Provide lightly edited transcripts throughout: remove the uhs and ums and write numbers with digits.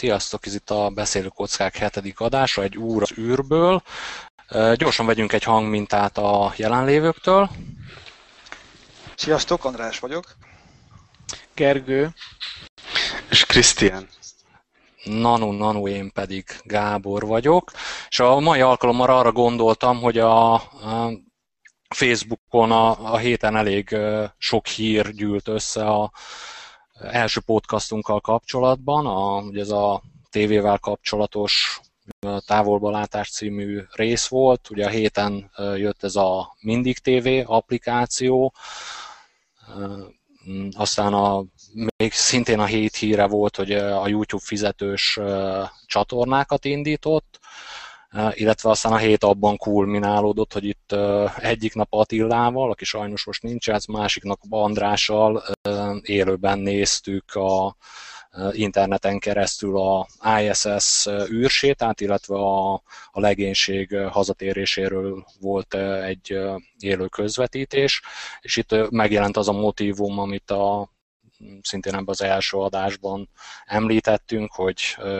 Sziasztok, ez itt a Beszélő Kockák 7. adása, egy úr az űrből. Gyorsan vegyünk egy hangmintát a jelenlévőktől. Sziasztok, András vagyok. Gergő. És Krisztián. Nanu, én pedig Gábor vagyok. És a mai alkalommal arra gondoltam, hogy a Facebookon a héten elég sok hír gyűlt össze a első podcastunkkal kapcsolatban, ugye ez a tévével kapcsolatos Távolbalátás című rész volt. Ugye a héten jött ez a Mindig TV applikáció, aztán még szintén a hét híre volt, hogy a YouTube fizetős csatornákat indított, illetve aztán a hét abban kulminálódott, hogy itt egyik nap Attilával, aki sajnos most nincs, ez másik nap Andrással élőben néztük a interneten keresztül a ISS űrsétát, illetve a legénység hazatéréséről volt egy élő közvetítés, és itt megjelent az a motívum, amit szintén ebben az első adásban említettünk, hogy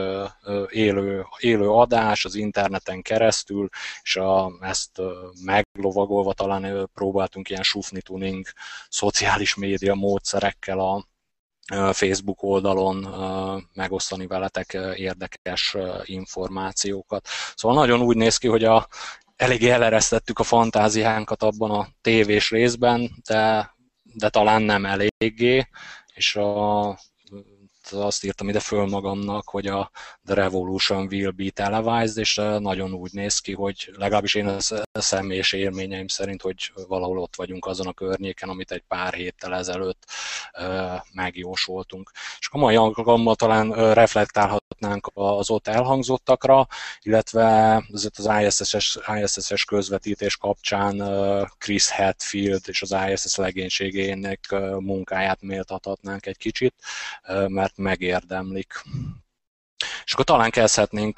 élő adás az interneten keresztül, és ezt meglovagolva talán próbáltunk ilyen sufni tuning szociális média módszerekkel a Facebook oldalon megosztani veletek érdekes információkat. Szóval nagyon úgy néz ki, hogy eléggé eleresztettük a fantáziánkat abban a tévés részben, de talán nem eléggé, és azt írtam ide föl magamnak, hogy a The Revolution will be televised, és nagyon úgy néz ki, hogy legalábbis én a személyes élményeim szerint, hogy valahol ott vagyunk azon a környéken, amit egy pár héttel ezelőtt megjósoltunk. És a mai alkalommal talán reflektálhatnánk az ott elhangzottakra, illetve az ISS-es közvetítés kapcsán Chris Hadfield és az ISS legénységének munkáját méltathatnánk egy kicsit, mert megérdemlik. És akkor talán kezdhetnénk,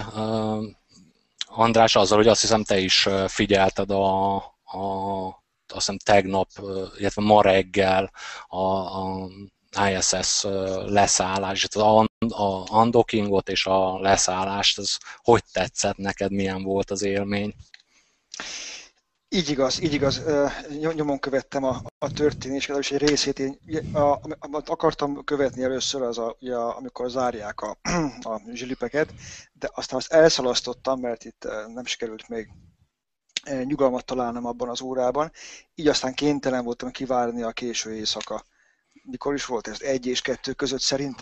András, azzal, hogy azt hiszem te is figyelted azt hiszem tegnap, illetve ma reggel a ISS leszállás, a undockingot és a leszállást, ez hogy tetszett neked, milyen volt az élmény? Így igaz. Nyomon követtem a történést, és egy részét amit akartam követni először, az amikor zárják a zsilipeket, de aztán azt elszalasztottam, mert itt nem sikerült még nyugalmat találnom abban az órában, így aztán kénytelen voltam kivárni a késő éjszaka. Mikor is volt ez? 1 és 2 között szerintem?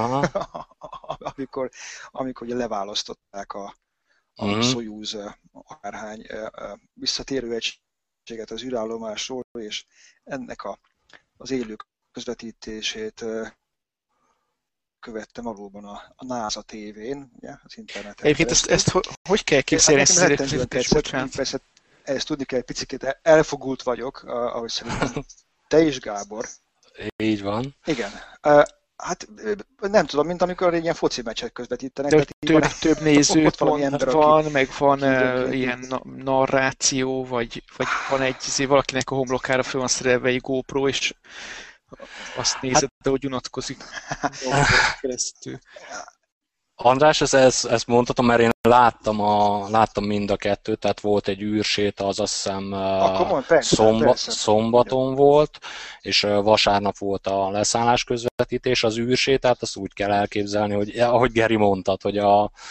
amikor ugye leválasztották a Soyuz akárhány visszatérő egységet az űrállomásról, és ennek az élő közvetítését követtem valóban a NASA tévén, ugye, az interneten. Egyébként ezt hogy kell képzelni? Persze ezt tudni kell, egy picit elfogult vagyok, ahogy szerintem te is, Gábor. Így van. Igen. Hát nem tudom, mint amikor egy ilyen foci meccset közvetítenek. De több nézőpont van, meg van ilyen narráció, vagy van valakinek a homlokára föl van szerelve egy GoPro, és azt nézed, hogy unatkozik keresztül. András, ezt mondhatom, mert én láttam mind a kettőt, tehát volt egy űrséta, az azt hiszem szombaton volt, és vasárnap volt a leszállás közvetítés, az űrsétát, azt úgy kell elképzelni, hogy ahogy Geri mondtad, hogy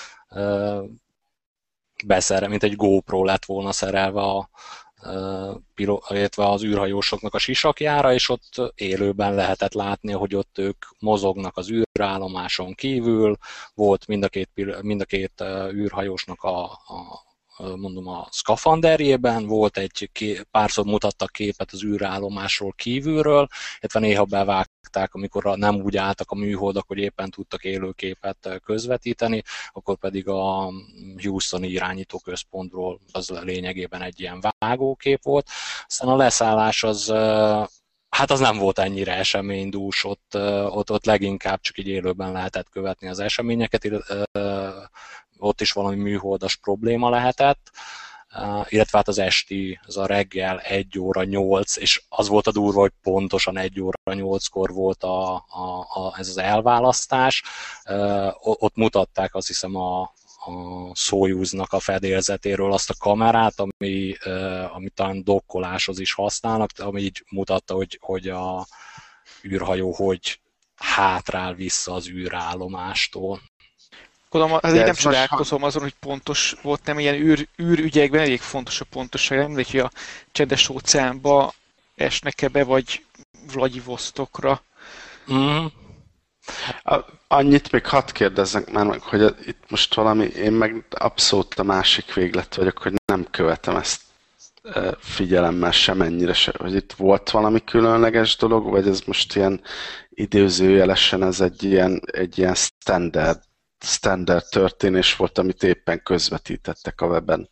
mint egy GoPro lett volna szerelve illetve az űrhajósoknak a sisakjára, és ott élőben lehetett látni, hogy ott ők mozognak az űrállomáson kívül, volt mind a két űrhajósnak a szkafanderjében, volt párszor mutattak képet az űrállomásról kívülről, illetve néha bevágták, amikor nem úgy álltak a műholdak, hogy éppen tudtak élőképet közvetíteni, akkor pedig a Houstoni irányítóközpontról az lényegében egy ilyen vágókép volt. Aztán a leszállás az nem volt ennyire eseménydús, ott leginkább csak így élőben lehetett követni az eseményeket, ott is valami műholdas probléma lehetett. illetve hát az esti, az a reggel 1 óra 8, és az volt a durva, hogy pontosan 1 óra 8-kor volt ez az elválasztás. Ott mutatták azt hiszem a Soyuznak a fedélzetéről azt a kamerát, ami talán dokkoláshoz is használnak, ami így mutatta, hogy a űrhajó hogy hátrál vissza az űrállomástól. Gondolom, azért nem csodálkozom azon, hogy pontos volt, nem ilyen űrügyekben elég fontos a pontosság. Nem mindegy, hogy a Csendes óceánba esnek-e be, vagy Vladivostokra. Mm. Annyit még hadd kérdezzek már meg, hogy itt most valami, én meg abszolút a másik véglet vagyok, hogy nem követem ezt figyelemmel semennyire se, hogy itt volt valami különleges dolog, vagy ez most ilyen időzőjelesen ez egy ilyen standard történés volt, amit éppen közvetítettek a weben.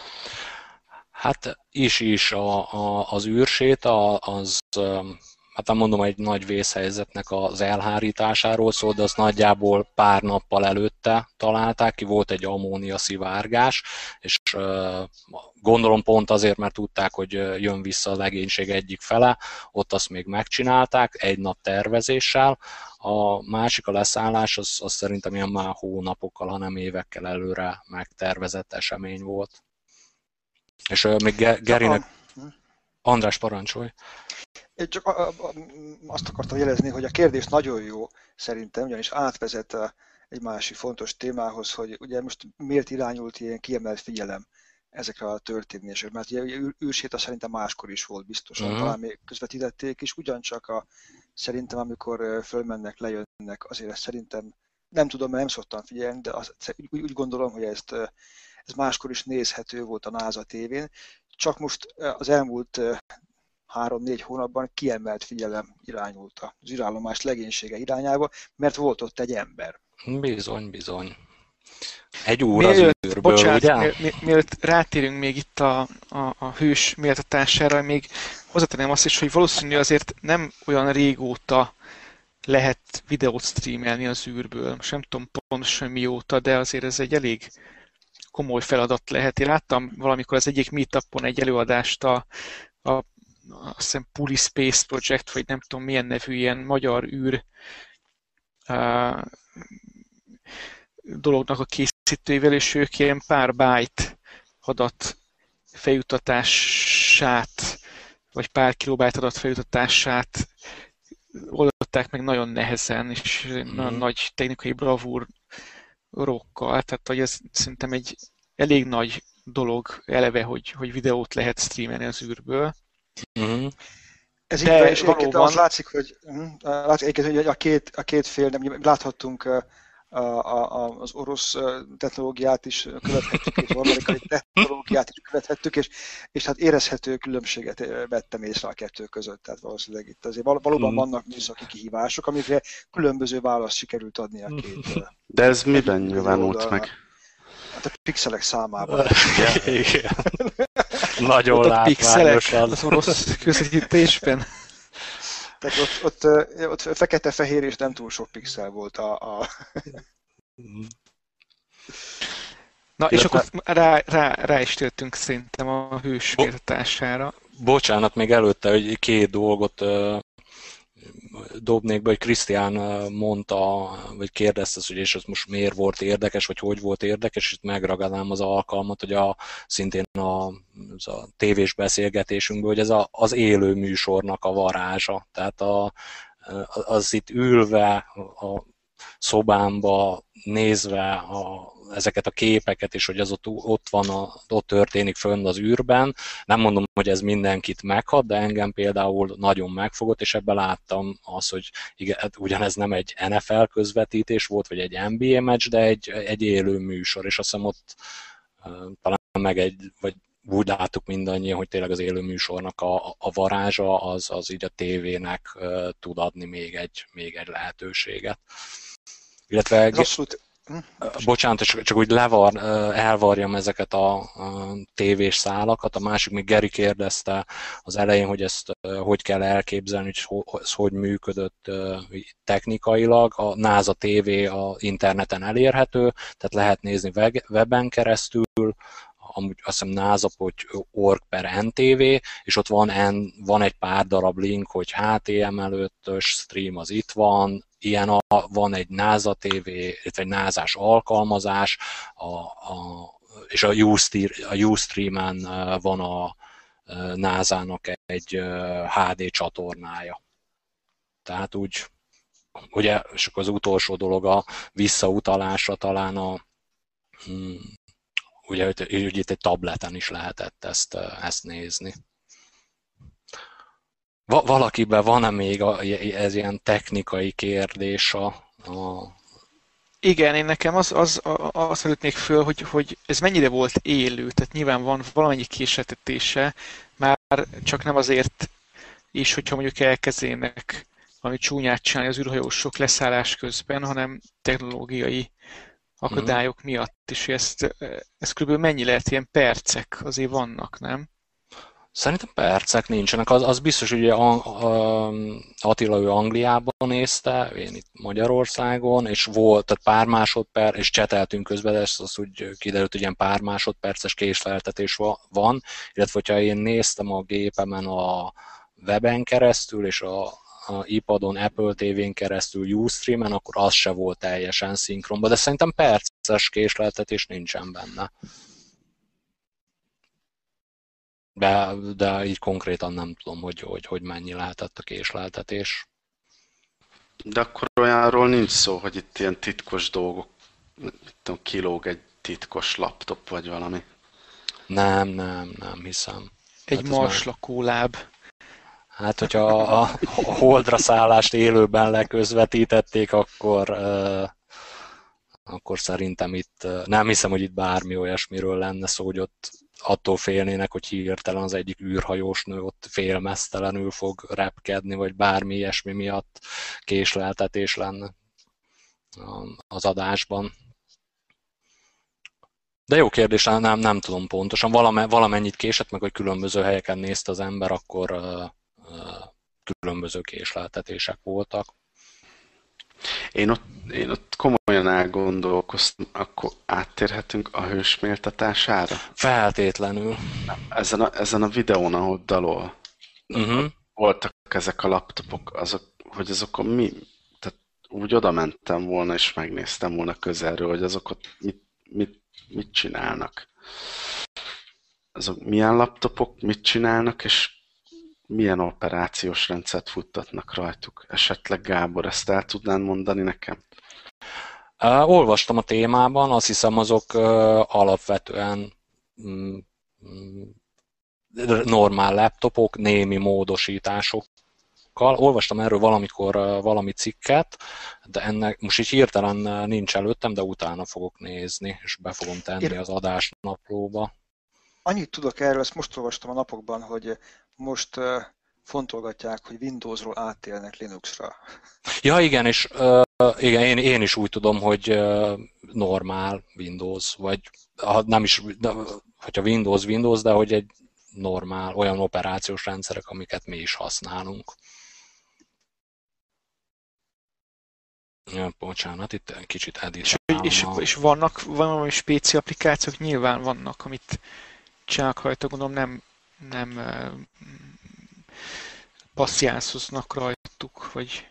Hát is az űrséta, hát nem mondom, egy nagy vészhelyzetnek az elhárításáról szól, de azt nagyjából pár nappal előtte találták ki, volt egy ammónia szivárgás, és gondolom pont azért, mert tudták, hogy jön vissza a legénység egyik fele, ott azt még megcsinálták, 1 nap tervezéssel. A másik, a leszállás, az szerintem ilyen már hónapokkal, hanem évekkel előre megtervezett esemény volt. És még Gerinek... András, parancsolj! Én csak azt akartam jelezni, hogy a kérdés nagyon jó szerintem, ugyanis átvezet egy másik fontos témához, hogy ugye most miért irányult ilyen kiemelt figyelem ezekre a történésekre, mert ugye űrséta szerintem máskor is volt biztosan, talán még közvetítették is, ugyancsak szerintem amikor fölmennek, lejönnek, azért ezt szerintem nem tudom, mert nem szoktam figyelni, de úgy gondolom, hogy ez máskor is nézhető volt a NASA tévén, csak most az elmúlt 3-4 hónapban kiemelt figyelem irányult az űrállomás legénysége irányába, mert volt ott egy ember. Bizony. Egy úr az űrből, bocsánat, ugye? Mielőtt rátérünk még itt a hős méltatására, még hozzátenném azt is, hogy valószínű azért nem olyan régóta lehet videót streamelni az űrből. Most nem tudom pontosan mióta, de azért ez egy elég komoly feladat lehet. Én láttam valamikor az egyik meetupon egy előadást azt hiszem Puli Space Project, vagy nem tudom milyen nevű ilyen magyar űr dolognak a készítőivel, és ők ilyen pár byte adat feljutatását, vagy pár kilobájt adat feljutatását oldották meg nagyon nehezen, és nagyon nagy technikai bravúrokkal, tehát hogy ez szerintem egy elég nagy dolog eleve, hogy videót lehet streamelni az űrből. Ez így van, és valóban... az látszik, hogy a két fél, nem, láthattunk az orosz technológiát is követhettük, és az amerikai technológiát is követhettük, és hát érezhető különbséget vettem észre a kettő között, tehát valószínűleg itt azért valóban vannak műszaki kihívások, amikre különböző választ sikerült adni a két. De ez miben nyilvánult meg? Hát a pixelek számában. Igen. Nagyon látványos az orosz közvetítésben. Tehát ott fekete-fehér és nem túl sok pixel volt Na, és akkor rá is tértünk szerintem a hős méltatására. Bocsánat, még előtte, hogy 2 dolgot dobnék be, hogy Krisztián mondta, vagy kérdezte, hogy és ez most miért volt érdekes, vagy hogy volt érdekes, és itt megragadnám az alkalmat, hogy szintén a tévés beszélgetésünkből, hogy ez az élő műsornak a varázsa. Tehát az itt ülve a szobámba, nézve ezeket a képeket, és hogy az ott történik fönn az űrben. Nem mondom, hogy ez mindenkit meghat, de engem például nagyon megfogott, és ebben láttam azt, hogy igen, ugyanez nem egy NFL közvetítés volt, vagy egy NBA meccs, de egy élő műsor, és azt hiszem ott talán vagy úgy láttuk mindannyian, hogy tényleg az élő műsornak a varázsa az így a tévének tud adni még egy lehetőséget. Illetve... Bocsánat, csak úgy elvarjam ezeket a tévés szálakat. A másik, még Geri kérdezte az elején, hogy ezt hogy kell elképzelni, hogy ez hogy működött technikailag. A NASA TV a interneten elérhető, tehát lehet nézni weben keresztül, amúgy azt hiszem nasa.org/ntv, és ott van egy pár darab link, hogy HTML5-ös stream az itt van, van egy NASA TV, illetve egy NASA-s alkalmazás, és a Ustream-en van a NASA-nak egy HD csatornája. Tehát úgy, ugye, és akkor az utolsó dolog a visszautalásra talán ugye itt egy tableten is lehetett ezt nézni. Valakiben van-e még ez ilyen technikai kérdés Igen, én nekem azt merült föl, hogy ez mennyire volt élő, tehát nyilván van valamennyi késleltetése, már csak nem azért is, hogyha mondjuk elkezdenek valami csúnyát csinálni az űrhajósok leszállás közben, hanem technológiai akadályok miatt is. Ez kb. Mennyi lehet, ilyen percek azért vannak, nem? Szerintem percek nincsenek. Az biztos, hogy Attila ő Angliában nézte, én itt Magyarországon, és volt tehát pár másodperc, és cseteltünk közben, de az úgy kiderült, hogy ilyen pár másodperces késleltetés van, illetve hogyha én néztem a gépemen a weben keresztül, és a iPadon, Apple TV-n keresztül Ustream-en, akkor az se volt teljesen szinkronban, de szerintem perces késleltetés nincsen benne. De így konkrétan nem tudom, hogy mennyi lehetett a késleltetés. De akkor olyanról nincs szó, hogy itt ilyen titkos dolgok, kilóg egy titkos laptop vagy valami. Nem hiszem. Egy marslakóláb. Hát, hogyha a Holdra szállást élőben leközvetítették, akkor szerintem itt nem hiszem, hogy itt bármi olyasmiről lenne szó, hogy ott attól félnének, hogy hirtelen az egyik űrhajós nő ott félmeztelenül fog repkedni, vagy bármi ilyesmi miatt késleltetés lenne az adásban. De jó kérdés, nem tudom pontosan. Valamennyit késett meg, hogy különböző helyeken nézte az ember, akkor különböző késleltetések voltak. Én ott komolyan elgondolkoztam, akkor áttérhetünk a hős méltatására? Feltétlenül. Ezen a videón, ahol dalol, voltak ezek a laptopok, azokon mi? Tehát úgy oda mentem volna, és megnéztem volna közelről, hogy azok ott mit csinálnak. Azok milyen laptopok, mit csinálnak, és milyen operációs rendszert futtatnak rajtuk? Esetleg Gábor, ezt el tudnál mondani nekem? Olvastam a témában, azt hiszem azok alapvetően normál laptopok, némi módosításokkal. Olvastam erről valamikor valami cikket, de ennek most így hirtelen nincs előttem, de utána fogok nézni, és be fogom tenni az adásnaplóba. Annyit tudok erről, ezt most olvastam a napokban, hogy most fontolgatják, hogy Windowsról áttérnek Linuxra. Ja, igen, és igen, én is úgy tudom, hogy normál Windows, vagy nem is, hogyha Windows, de hogy egy normál, olyan operációs rendszerek, amiket mi is használunk. Ja, bocsánat, itt egy kicsit editálom. És vannak valami spéci applikációk? Nyilván vannak, amit csinálnak rajta, gondolom nem passziánszoznak rajtuk, vagy...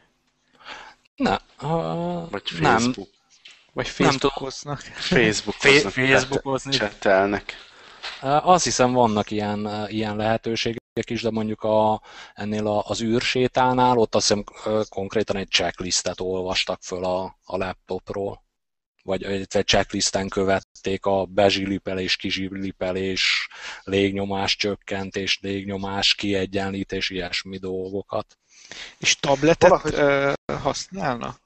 Vagy Facebook. Vagy Facebookoznak. Facebookozni. Csetelnek. Azt hiszem, vannak ilyen lehetőségek is, de mondjuk ennél az űrsétánál ott azt hiszem konkrétan egy checklistet olvastak föl a laptopról. Vagy egy checklisten követték a bezsilipelés, kizsilipelés, légnyomás csökkentés, légnyomás kiegyenlítés, ilyesmi dolgokat. És tabletet használna?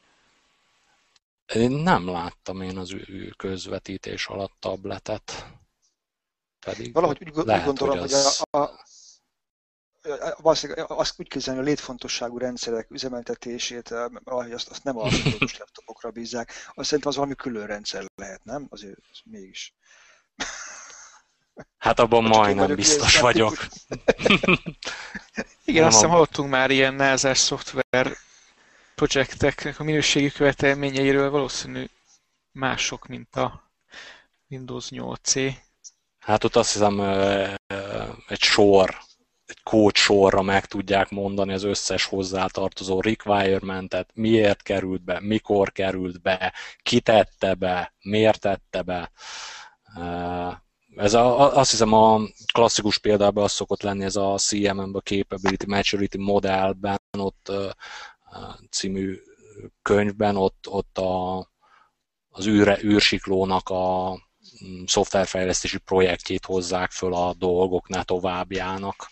Én nem láttam az közvetítés alatt tabletet. Pedig valahogy úgy gondolom, hogy azt úgy képzelni, a létfontosságú rendszerek üzemeltetését, azt nem a Windows laptopokra bízzák. Azt szerintem az valami külön rendszer lehet, nem? Azért mégis. Hát abban majdnem biztos vagyok. Igen, azt hiszem hallottunk már ilyen NASA-s szoftver projekteknek a minőségi követelményeiről, valószínű mások, mint a Windows 8C. Hát ott azt hiszem egy kód sorra meg tudják mondani az összes hozzátartozó requirement-et, miért került be, mikor került be, ki tette be, miért tette be. Ez azt hiszem a klasszikus példában az szokott lenni, ez a CMM-ben, a Capability Maturity Modellben, ott című könyvben, ott az űrsiklónak a szoftverfejlesztési projektjét hozzák föl a dolgok ne továbbjának.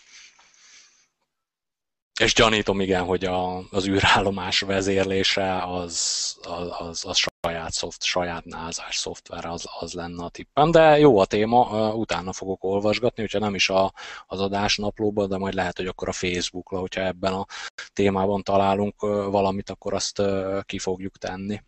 És gyanítom, igen, hogy az űrállomás vezérlése az saját názás szoftver, az lenne a tippem. De jó a téma, utána fogok olvasgatni, hogyha nem is az adásnaplóban, de majd lehet, hogy akkor a Facebookra, hogyha ebben a témában találunk valamit, akkor azt ki fogjuk tenni.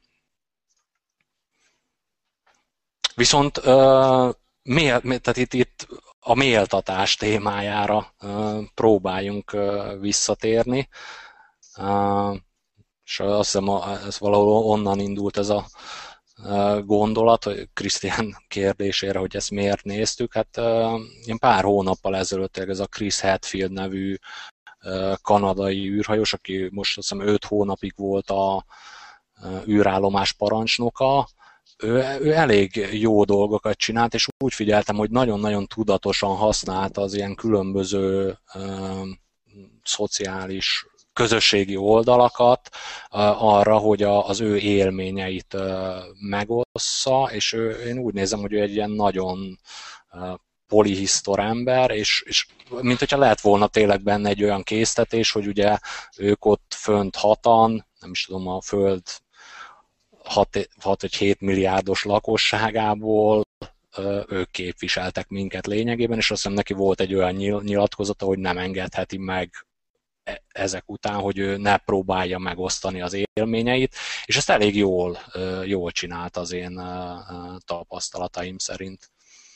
Viszont tehát itt a méltatás témájára próbáljunk visszatérni, és azt hiszem, ez valahol onnan indult ez a gondolat, hogy Krisztián kérdésére, hogy ezt miért néztük. Hát én pár hónappal ezelőtt ez a Chris Hadfield nevű kanadai űrhajós, aki most azt hiszem 5 hónapig volt a űrállomás parancsnoka, ő elég jó dolgokat csinált, és úgy figyeltem, hogy nagyon-nagyon tudatosan használta az ilyen különböző szociális közösségi oldalakat arra, hogy az ő élményeit megossza, és én úgy nézem, hogy ő egy ilyen nagyon polihisztor ember, és mint hogyha lehet volna tényleg benne egy olyan késztetés, hogy ugye ők ott fönt hatan, nem is tudom, a Föld 6-7 milliárdos lakosságából ők képviseltek minket lényegében, és azt hiszem neki volt egy olyan nyilatkozata, hogy nem engedheti meg ezek után, hogy ő ne próbálja megosztani az élményeit, és ezt elég jól csinált az én tapasztalataim szerint.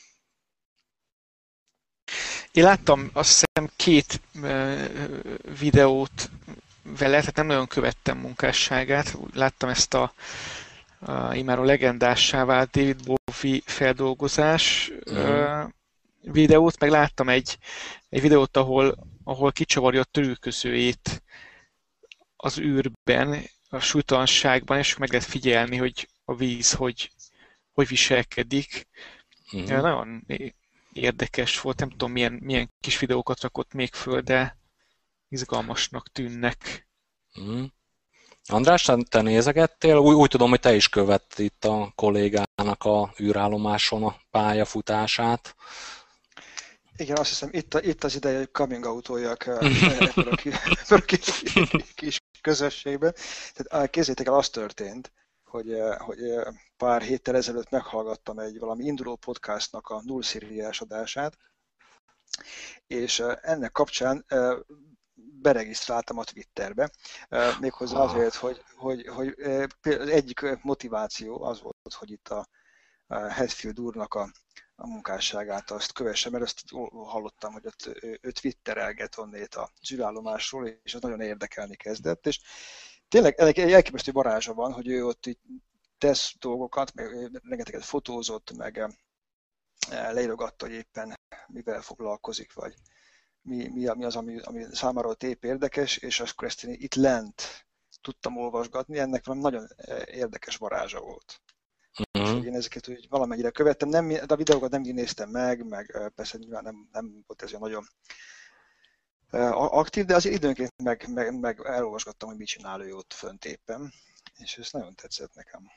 Én láttam azt hiszem 2 videót vele, tehát nem nagyon követtem munkásságát. Láttam ezt imáron legendássá vált David Bowie feldolgozás videót, meg láttam egy videót, ahol kicsavarja a törülközőjét az űrben, a súlytalanságban, és meg lehet figyelni, hogy a víz hogy viselkedik. Nagyon érdekes volt, nem tudom milyen kis videókat rakott még föl, de izgalmasnak tűnnek. András, te nézegettél? Úgy tudom, hogy te is követted itt a kollégának a űrállomáson a pályafutását. Igen, azt hiszem, itt az ideje, hogy coming out-oljak ebben a kis közösségben. Tehát képzeljétek el, az történt, hogy pár héttel ezelőtt meghallgattam valami induló podcastnak a Null Szériás adását, és ennek kapcsán beregisztráltam a Twitterbe, méghozzá azért, hogy az egyik motiváció az volt, hogy itt a Hadfield úrnak a munkásságát azt kövessem, mert azt hallottam, hogy ott ő twitterelget onnét a űrállomásról, és az nagyon érdekelni kezdett, és tényleg egy elképesztő varázsa van, hogy ő ott így tesz dolgokat, meg rengeteget fotózott, meg leírogatta, hogy éppen mivel foglalkozik, vagy mi az, ami számára ott épp érdekes, és akkor ezt én itt lent tudtam olvasgatni, ennek valami nagyon érdekes varázsa volt. És hogy én ezeket úgy valamennyire követtem, de a videókat nem néztem meg persze nyilván nem volt ez olyan nagyon aktív, de azért időnként meg elolvasgattam, hogy mit csinál ő ott fönt éppen, és ez nagyon tetszett nekem.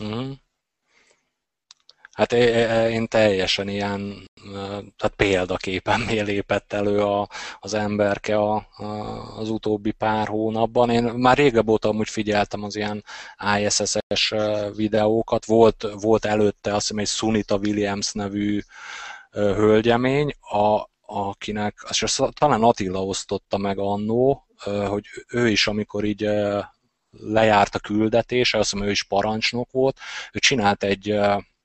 Hát én teljesen ilyen, tehát példaképennél lépett elő az emberke az utóbbi pár hónapban. Én már régebb óta amúgy figyeltem az ilyen ISS-es videókat. Volt előtte azt hiszem egy Sunita Williams nevű hölgyemény, akinek, és talán Attila osztotta meg annó, hogy ő is, amikor így lejárt a küldetése, azt hiszem ő is parancsnok volt, ő csinált egy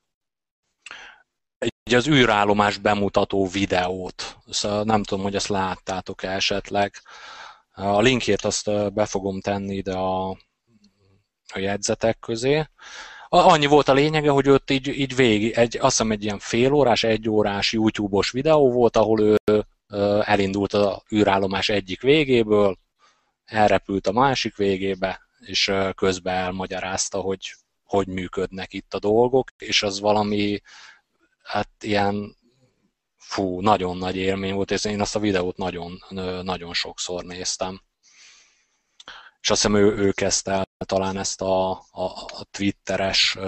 az űrállomás bemutató videót. Szóval nem tudom, hogy ezt láttátok-e esetleg. A linkjét azt be fogom tenni ide a jegyzetek közé. Annyi volt a lényege, hogy ott így végig, azt hiszem egy ilyen félórás, egyórás YouTube-os videó volt, ahol ő elindult az űrállomás egyik végéből, elrepült a másik végébe, és közben elmagyarázta, hogy működnek itt a dolgok, és az valami, hát ilyen, nagyon nagy élmény volt, és én azt a videót nagyon, nagyon sokszor néztem. És azt hiszem ő kezdte el talán ezt a twitteres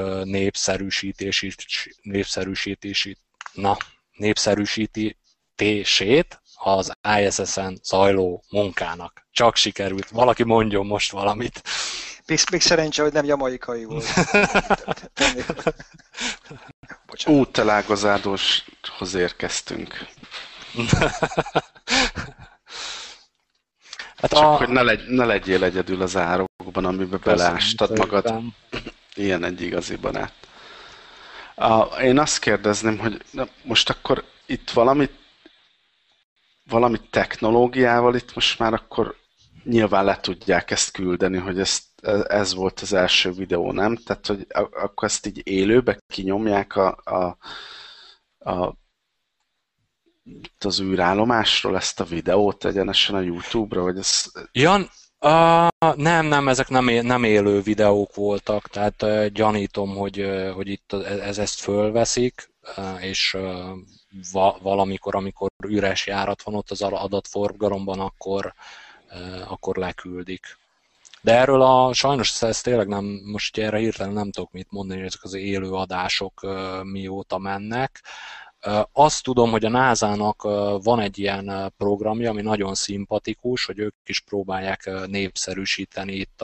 népszerűsítését az ISS-en zajló munkának. Csak sikerült. Valaki mondjon most valamit. Még szerencsé, hogy nem jamaikai volt. Útelágazádóshoz érkeztünk. Hát csak hogy ne legyél egyedül az árokban, amiben beleástad magad. Ilyen egy igazi barát. Én azt kérdezném, hogy most akkor itt valami technológiával itt most már akkor nyilván le tudják ezt küldeni, hogy ez volt az első videó, nem? Tehát, hogy akkor ezt így élőbe kinyomják az űrállomásról ezt a videót egyenesen a YouTube-ra, vagy ez... Nem, ezek nem élő videók voltak, tehát gyanítom, hogy itt ezt fölveszik, és valamikor, amikor üres járat van ott az adatforgalomban, akkor leküldik. De erről sajnos ezt tényleg nem, most erre hirtelen nem tudok mit mondani, hogy ezek az élő adások mióta mennek. Azt tudom, hogy a NASA-nak van egy ilyen programja, ami nagyon szimpatikus, hogy ők is próbálják népszerűsíteni itt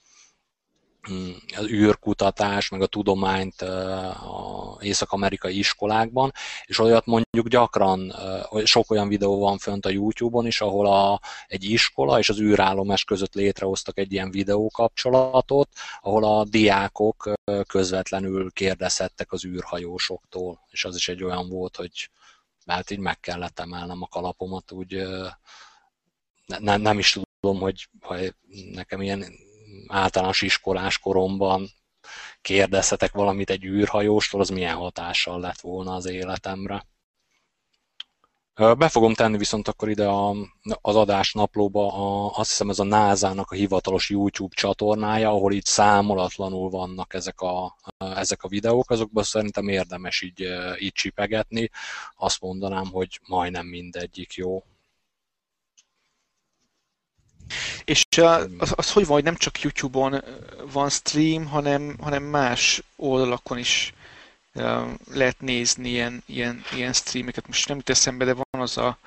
az űrkutatás, meg a tudományt az észak-amerikai iskolákban, és olyat mondjuk gyakran, sok olyan videó van fönt a YouTube-on is, ahol egy iskola és az űrállomás között létrehoztak egy ilyen videókapcsolatot, ahol a diákok közvetlenül kérdezhettek az űrhajósoktól, és az is egy olyan volt, hogy hát így meg kellett emelnem a kalapomat, úgy nem is tudom, hogy nekem ilyen általános iskolás koromban kérdezhetek valamit egy űrhajóstól, az milyen hatással lett volna az életemre. Be fogom tenni viszont akkor ide az adás naplóba, azt hiszem ez a NASA-nak a hivatalos YouTube csatornája, ahol így számolatlanul vannak ezek a videók, azokban szerintem érdemes így csipegetni. Azt mondanám, hogy majdnem mindegyik jó. És az hogy van, hogy nem csak YouTube-on van stream, hanem más oldalakon is lehet nézni ilyen streameket. Most nem jut eszembe, de van az a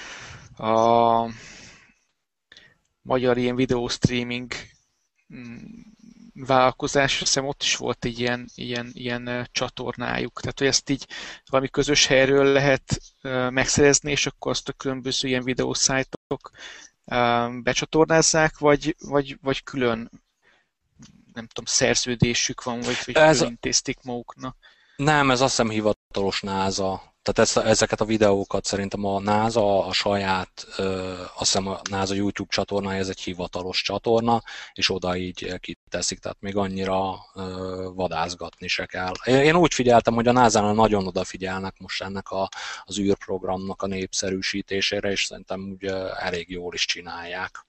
magyar ilyen videó streaming vállalkozás, azt hiszem ott is volt egy ilyen csatornájuk. Tehát, hogy ezt így valami közös helyről lehet megszerezni, és akkor azt a különböző ilyen videószájtok becsatornázzák, vagy külön, nem tudom, szerződésük van, vagy külön intézték maguknak? Nem, ez azt hiszem hivatalos NASA. Tehát ezeket a videókat szerintem a NASA a saját, azt hiszem a NASA YouTube csatornája, ez egy hivatalos csatorna, és oda így kiteszik, tehát még annyira vadászgatni se kell. Én úgy figyeltem, hogy a NASA-nál nagyon odafigyelnek most ennek az űrprogramnak a népszerűsítésére, és szerintem úgy elég jól is csinálják.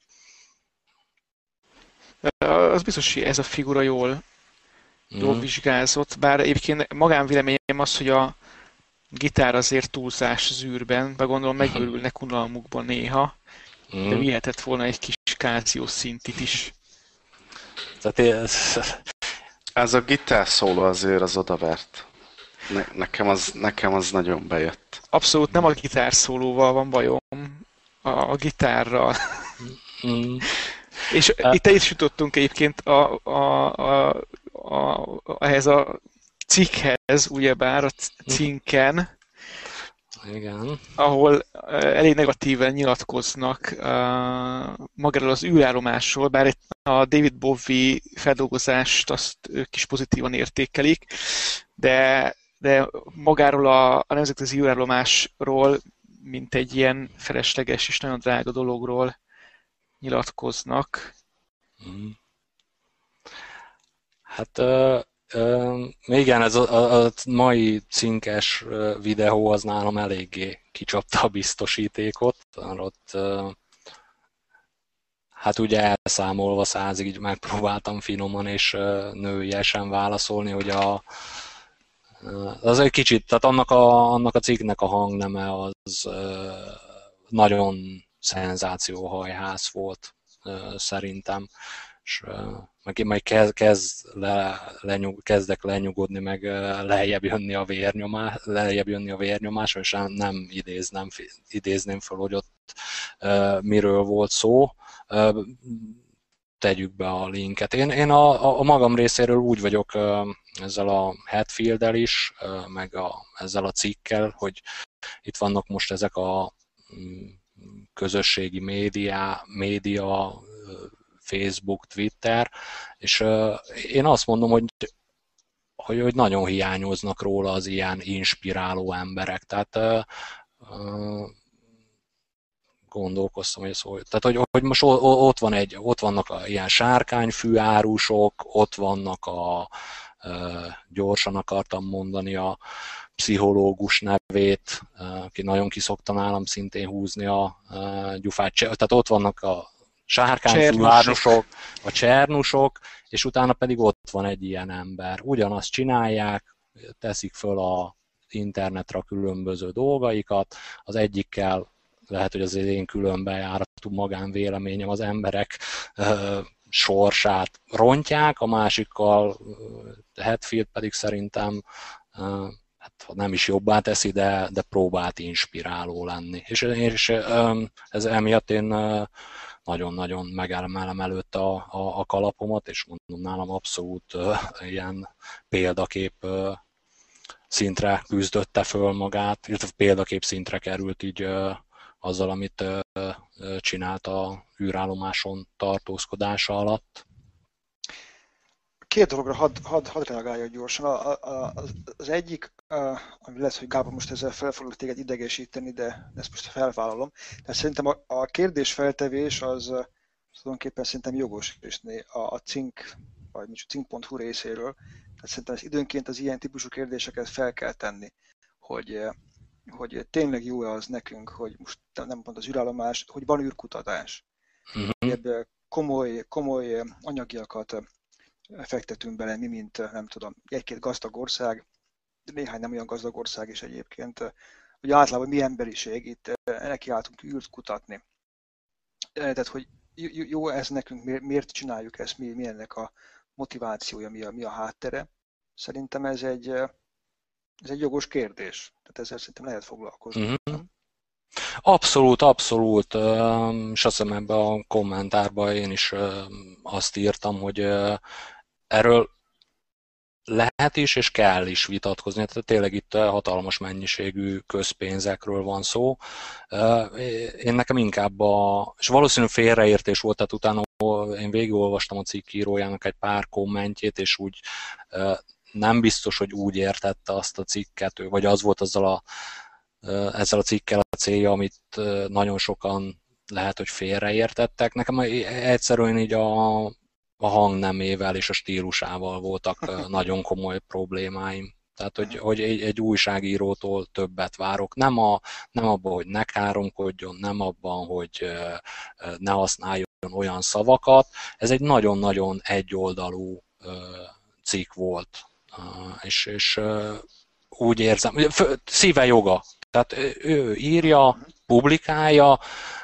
Az biztos, hogy ez a figura jól vizsgázott, bár egyébként magánvéleményem az, hogy a gitár azért túlzás az űrben, de gondolom megőrülnek unalmukban néha, de vihetett volna egy kis Casio szintit is. Ez a gitár szóló azért az odavert. Nekem az nagyon bejött. Abszolút nem a gitár szólóval van bajom, a gitárral. És itt is jutottunk egyébként ehhez a cikkhez, ugyebár a cinken, igen, ahol elég negatíven nyilatkoznak magáról az űrállomásról, bár a David Bowie feldolgozást azt ők is pozitívan értékelik, de magáról a nemzetközi űrállomásról, mint egy ilyen felesleges és nagyon drága dologról nyilatkoznak. Hát Igen, ez a mai cinkes videó az nálam eléggé kicsapta a biztosítékot. Ott, hát ugye elszámolva 100-ig így megpróbáltam finoman és nőiesen válaszolni, hogy az egy kicsit, tehát annak a cikknek a hangneme az nagyon szenzációhajház volt szerintem, és majd kezdek lenyugodni, meg lejjebb jönni a vérnyomás, és nem idézném fel, hogy ott miről volt szó. Tegyük be a linket. Én a magam részéről úgy vagyok ezzel a Hatfield-el is, meg ezzel a cikkkel, hogy itt vannak most ezek a közösségi média, Facebook, Twitter, és én azt mondom, hogy nagyon hiányoznak róla az ilyen inspiráló emberek. Tehát gondolkoztam, hogy szó. Tehát, hogy most ott vannak ilyen sárkányfű árusok, ott vannak gyorsan akartam mondani a pszichológus nevét, aki nagyon kiszokta nálam szintén húzni a gyufát. Tehát ott vannak a sárkányfű árusok, a csernusok, és utána pedig ott van egy ilyen ember. Ugyanazt csinálják, teszik föl a internetre a különböző dolgaikat, az egyikkel lehet, hogy az én különbejáratú magánvéleményem az emberek sorsát rontják, a másikkal Hatfield pedig szerintem hát nem is jobbá teszi, de próbált inspiráló lenni. És ez emiatt én nagyon-nagyon megemelem előtt a kalapomat, és mondom, nálam abszolút ilyen példakép szintre küzdötte föl magát, illetve példakép szintre került így azzal, amit csinált a űrállomáson tartózkodása alatt. Két dologra hadd reagáljak gyorsan. Az egyik, ami lesz, hogy Gábor most ezzel fel foglak téged idegesíteni, de ezt most felvállalom. Tehát szerintem a kérdésfeltevés az tulajdonképpen szerintem jogos a cink, vagy cink.hu részéről. Tehát szerintem időnként az ilyen típusú kérdéseket fel kell tenni, hogy tényleg jó-e az nekünk, hogy most nem pont az űrállomás, hogy van űrkutatás. Ebből komoly anyagiakat fektetünk bele, mi mint, nem tudom, egy-két gazdag ország, de néhány nem olyan gazdag ország is egyébként, hogy általában mi emberiség, itt nekiálltunk űrt kutatni. Tehát, hogy jó ez nekünk, miért csináljuk ezt, mi ennek a motivációja, mi a háttere. Szerintem ez egy jogos kérdés. Tehát ezzel szerintem lehet foglalkozni. Abszolút. És azt hiszem ebben a kommentárban én is azt írtam, hogy erről lehet is, és kell is vitatkozni. Tehát tényleg itt hatalmas mennyiségű közpénzekről van szó. Én nekem inkább és valószínűleg félreértés volt, tehát utána én végigolvastam a cikk írójának egy pár kommentjét, és úgy nem biztos, hogy úgy értette azt a cikket, vagy az volt ezzel a cikkel a célja, amit nagyon sokan lehet, hogy félreértettek. Nekem egyszerűen így a hangnemével és a stílusával voltak nagyon komoly problémáim. Tehát, hogy egy újságírótól többet várok. Nem abban, hogy ne káromkodjon, nem abban, hogy ne használjon olyan szavakat. Ez egy nagyon-nagyon egyoldalú cikk volt. És úgy érzem, szíve joga. Tehát ő írja, publikálja,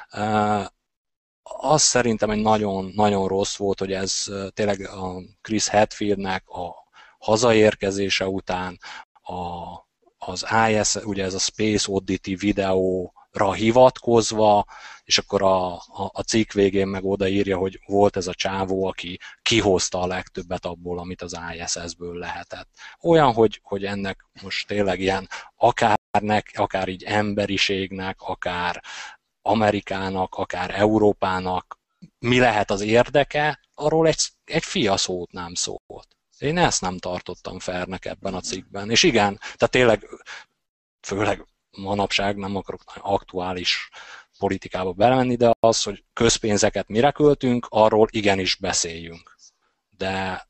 az szerintem egy nagyon, nagyon rossz volt, hogy ez tényleg a Chris Hadfieldnek a hazaérkezése után az IS, ugye ez a Space Oddity videóra hivatkozva, és akkor a cikk végén meg odaírja, hogy volt ez a csávó, aki kihozta a legtöbbet abból, amit az ISS-ből lehetett. Olyan, hogy ennek most tényleg ilyen akár így emberiségnek, akár Amerikának, akár Európának mi lehet az érdeke, arról egy fia szót nem szólt. Én ezt nem tartottam fairnek ebben a cikkben. És igen, tehát tényleg, főleg manapság nem akarok aktuális politikába belemenni, de az, hogy közpénzeket mire költünk, arról igenis beszéljünk. De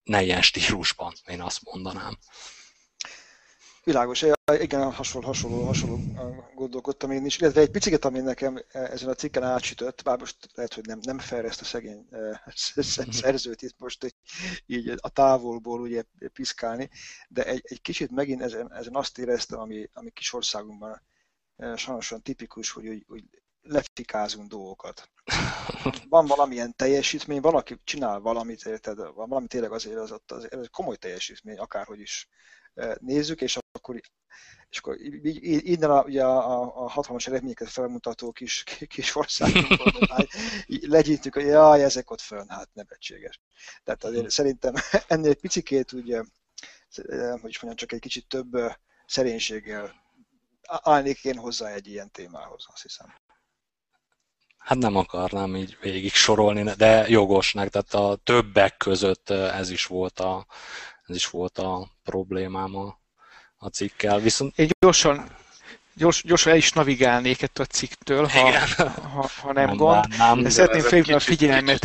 ne ilyen stílusban, én azt mondanám. Világos, igen, hasonló gondolkodtam én is, illetve egy picit, ami nekem ezen a cikken átsütött, bár most lehet, hogy nem fel ezt a szegény szerzőt itt most így a távolból ugye piszkálni, de egy kicsit megint ezen azt éreztem, ami kis országunkban sajnosan tipikus, hogy lefikázunk dolgokat. Van valamilyen teljesítmény, valaki csinál valamit, érted, valami tényleg azért az komoly teljesítmény, akárhogy is nézzük, és akkor innen a hatalmas eredményeket felmutató kis országunkból legyintük, hogy jaj, ezek ott fönn, hát nevetséges. Tehát azért szerintem ennél picikét ugye, hogy is mondjam, csak egy kicsit több szerénységgel állnék én hozzá egy ilyen témához, azt hiszem. Hát nem akarnám így végig sorolni, de jogosnak, tehát a többek között ez is volt a problémám a cikkkel. Viszont... Én gyorsan el is navigálnék ettől a cikktől, ha nem gond. Szeretném felhívni a figyelmet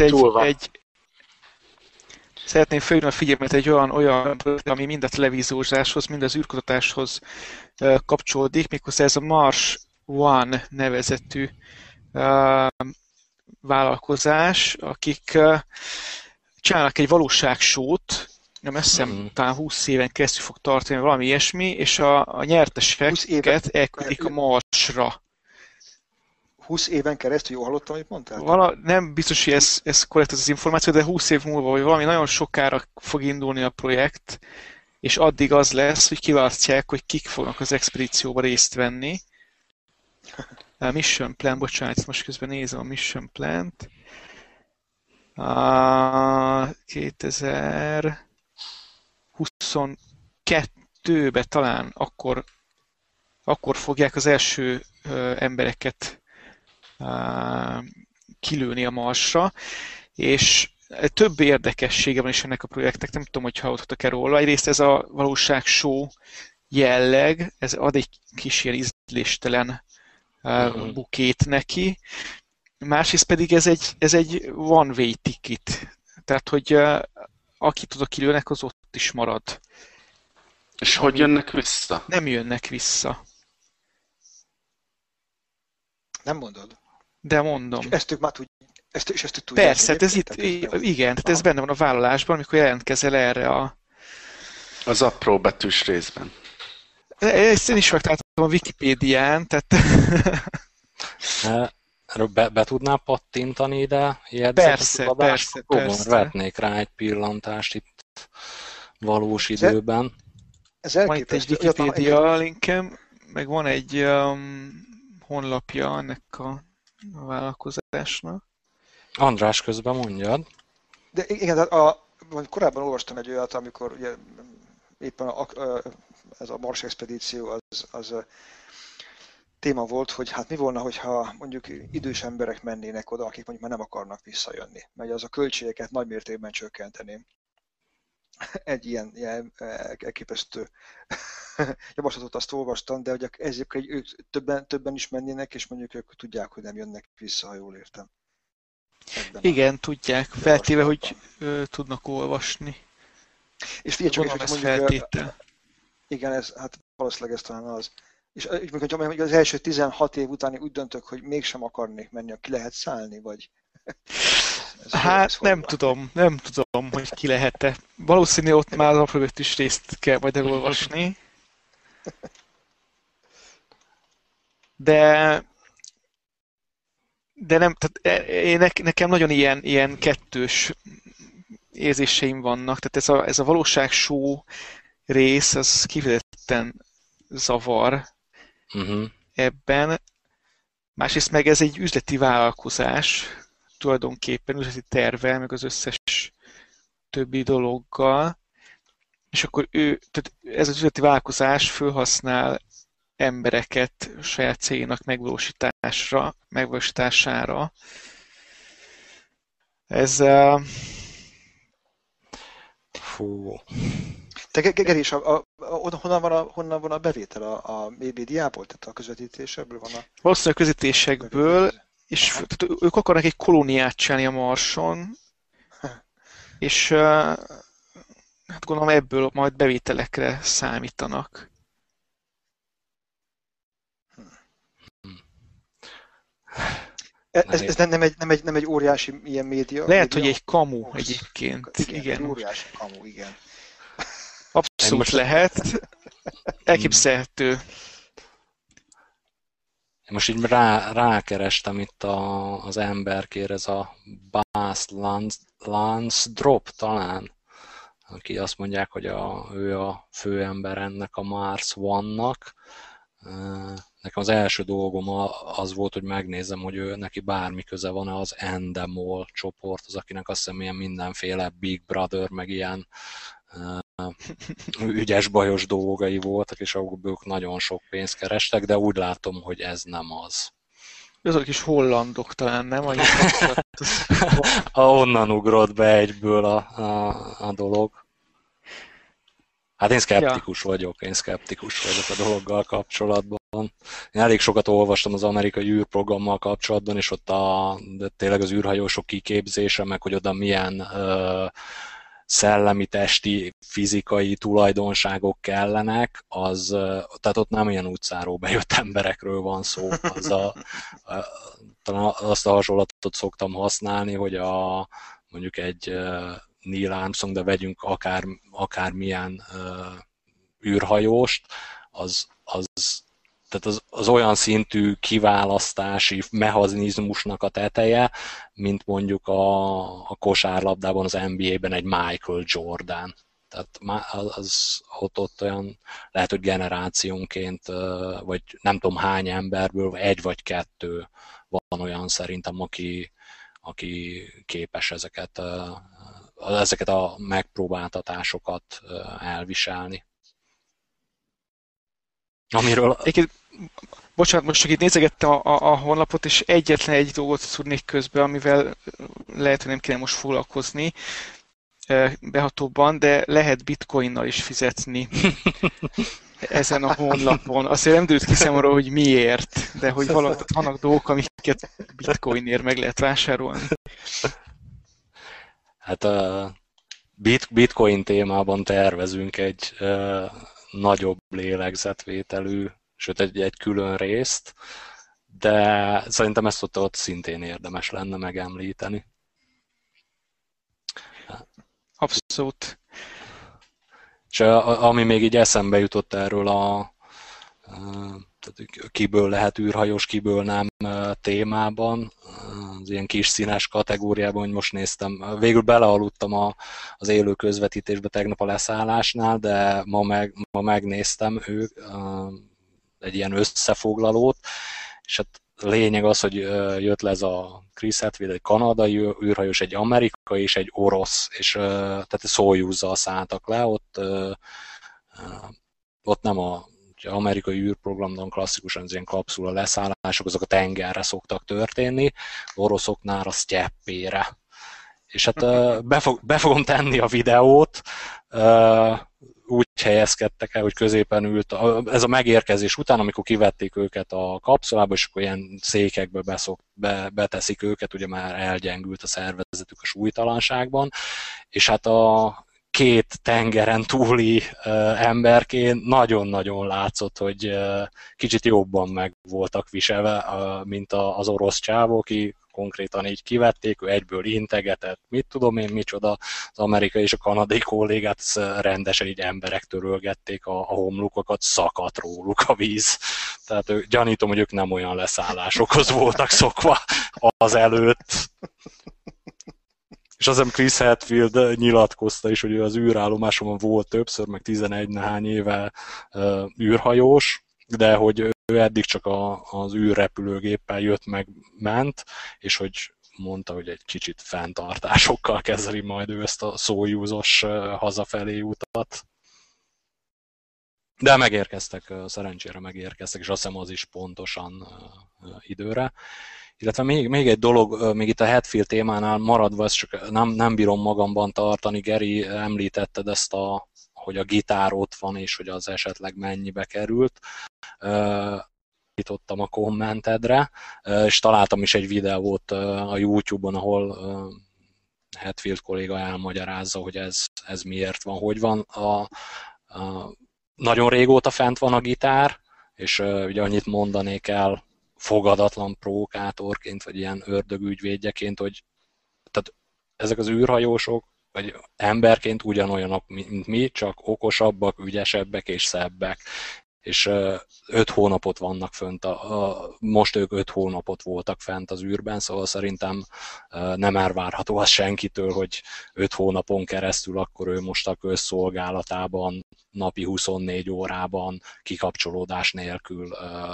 egy olyan projekt, ami mind a televíziózáshoz, mind az űrkutatáshoz kapcsolódik, méghozzá ez a Mars One nevezetű vállalkozás, akik csinálnak egy valóságsót, nem eszem, talán 20 éven keresztül fog tartani, valami ilyesmi, és a nyerteseket elküldik a Marsra. 20 éven keresztül, jól hallottam, amit mondtál? Nem biztos, hogy ez korrekt az információ, de 20 év múlva, vagy valami nagyon sokára fog indulni a projekt, és addig az lesz, hogy kiválasztják, hogy kik fognak az expedícióba részt venni. Mission Plan, bocsánat, most közben nézem a Mission Plant. 2022-ben talán akkor fogják az első embereket kilőni a Marsra, és több érdekessége van is ennek a projektnek, nem tudom, hogy hallottatok-e róla. Egyrészt ez a valóságshow jelleg, ez ad egy kis ilyen ízléstelen bukét neki. Másrészt pedig ez egy one-way ticket. Tehát, hogy akit oda kilőnek, az ott is marad. És hogy jönnek vissza? Nem jönnek vissza. Nem mondod? De mondom. És ezt ők már ezt tudják. Persze, hát ez itt, igen, tehát ez benne van a vállalásban, amikor jelentkezel erre az apró betűs részben. Ezt én is megtaláltam a Wikipédián, tehát... Erről be tudnál pattintani ide? Persze. Vetnék rá egy pillantást itt valós időben. Van itt egy Wikipédia linkem, meg van egy honlapja ennek a vállalkozásnak. András, közben mondjad. De igen, korábban olvastam egy olyat, amikor ugye éppen ez a Mars expedíció az téma volt, hogy hát mi volna, hogyha mondjuk idős emberek mennének oda, akik mondjuk már nem akarnak visszajönni, mert az a költségeket nagymértékben csökkenteni. Egy ilyen elképesztő javaslatot azt olvastam, de hogy ezek ők többen is mennének, és mondjuk ők tudják, hogy nem jönnek vissza, ha jól értem. Igen, tudják, feltéve, hogy tudnak olvasni. És figyelj csak, hogy mondjuk... Igen, hát valószínűleg ez talán az. És hogy az első 16 év után úgy döntök, hogy mégsem akarnék menni, ki lehet szállni, vagy... Hát nem tudom, hogy ki lehet-e. Valószínű ott már az apró is részt kell majd elolvasni. De nem, tehát nekem nagyon ilyen kettős érzéseim vannak. Tehát ez a valóságshow rész, az kifejezetten zavar ebben. Másrészt meg ez egy üzleti vállalkozás, tulajdonképpen üzleti tervvel, meg az összes többi dologgal. És akkor tehát ez az üzleti vállalkozás felhasznál embereket saját céljának megvalósítására. Ez... Fú... Te Geri, honnan van a bevétel a médiából, tehát a közvetítésekből van a... Valószínűleg a közvetítésekből, és tehát ők akarnak egy kolóniát csinálni a Marson, és hát gondolom ebből majd bevételekre számítanak. Ez nem egy óriási ilyen média? Lehet, hogy egy kamu egyébként. Igen. Óriási kamu, igen. Abszolút lehet. Elképzelhető. Én most így rákerestem itt az emberkére, ez a Bas Lansdorp talán, aki azt mondják, hogy ő a főember ennek a Mars One-nak. Nekem az első dolgom az volt, hogy megnézem, hogy neki bármi köze van az Endemol csoporthoz, akinek azt hiszem ilyen mindenféle Big Brother, meg ilyen ügyes, bajos dolgai voltak, és ők nagyon sok pénzt kerestek, de úgy látom, hogy ez nem az. Azok is hollandok talán, nem? Onnan ugrott be egyből a dolog. Hát én szkeptikus vagyok a dologgal kapcsolatban. Én elég sokat olvastam az amerikai űrprogrammal kapcsolatban, és ott de tényleg az űrhajósok kiképzése, meg hogy oda milyen szellemi, testi, fizikai tulajdonságok kellenek, tehát ott nem ilyen utcáról bejött emberekről van szó. Talán azt a hasonlatot szoktam használni, hogy mondjuk egy Neil Armstrong, de vegyünk akármilyen űrhajóst, tehát az olyan szintű kiválasztási mechanizmusnak a teteje, mint mondjuk a kosárlabdában, az NBA-ben egy Michael Jordan. Tehát az ott olyan, lehet, hogy generációnként, vagy nem tudom hány emberből, egy vagy kettő van olyan szerintem, aki képes ezeket a megpróbáltatásokat elviselni. Amiről... Bocsánat, most csak itt nézegettem a honlapot, és egyetlen egy dolgot tudnék közben, amivel lehet, hogy nem kéne most foglalkozni behatóbban, de lehet bitcoinnal is fizetni ezen a honlapon. Azért nem derült ki számomra, hogy miért, de hogy vannak dolgok, amiket bitcoinért meg lehet vásárolni. Hát a bitcoin témában tervezünk egy nagyobb lélegzetvételű, sőt egy külön részt, de szerintem ezt ott szintén érdemes lenne megemlíteni. Abszolút. És ami még így eszembe jutott erről kiből lehet űrhajós, kiből nem témában, az ilyen kis színes kategóriában, hogy most néztem, végül belealudtam az élő közvetítésbe tegnap a leszállásnál, de ma megnéztem egy ilyen összefoglalót, és hát a lényeg az, hogy jött le ez a Chris Hadfield, egy kanadai űrhajós, egy amerikai és egy orosz, és tehát Soyuzzal szálltak le, ott nem az amerikai űrprogramban klasszikusan az ilyen kapszula leszállások, azok a tengerre szoktak történni, oroszoknál a sztyeppére. És hát be fogom tenni a videót, úgy helyezkedtek el, hogy középen ült, ez a megérkezés után, amikor kivették őket a kapszulába, és akkor ilyen székekbe beteszik őket, ugye már elgyengült a szervezetük a súlytalanságban, és hát a két tengeren túli emberként nagyon-nagyon látszott, hogy kicsit jobban meg voltak viselve, mint az orosz csávó, aki konkrétan így kivették, ő egyből integetett, mit tudom én, micsoda, az amerikai és a kanadai kollégát rendesen így emberek törölgették a homlokokat, szakadt róluk a víz. Tehát gyanítom, hogy ők nem olyan leszállásokhoz voltak szokva az előtt. És az, Chris Hadfield nyilatkozta is, hogy ő az űrállomáson volt többször, meg 11 nehány éve űrhajós, de hogy ő eddig csak az űrrepülőgéppel jött meg ment, és hogy mondta, hogy egy kicsit fenntartásokkal kezeli majd ő ezt a Soyuzos hazafelé utat. De megérkeztek, szerencsére megérkeztek, és azt hiszem az is pontosan időre. Illetve még egy dolog, még itt a Hadfield témánál maradva, ezt csak nem bírom magamban tartani, Geri, említetted ezt hogy a gitár ott van, és hogy az esetleg mennyibe került. Nyitottam a kommentedre, és találtam is egy videót a YouTube-on, ahol Hetfield kolléga elmagyarázza, hogy ez miért van, hogy van. Nagyon régóta fent van a gitár, és ugye annyit mondanék el fogadatlan provokátorként, vagy ilyen ördögügyvédjeként, hogy tehát ezek az űrhajósok, vagy emberként ugyanolyanok, mint mi, csak okosabbak, ügyesebbek és szebbek. És 5 hónapot vannak fönt, most ők 5 hónapot voltak fent az űrben, szóval szerintem nem elvárható az senkitől, hogy 5 hónapon keresztül akkor ő most a közszolgálatában, napi 24 órában kikapcsolódás nélkül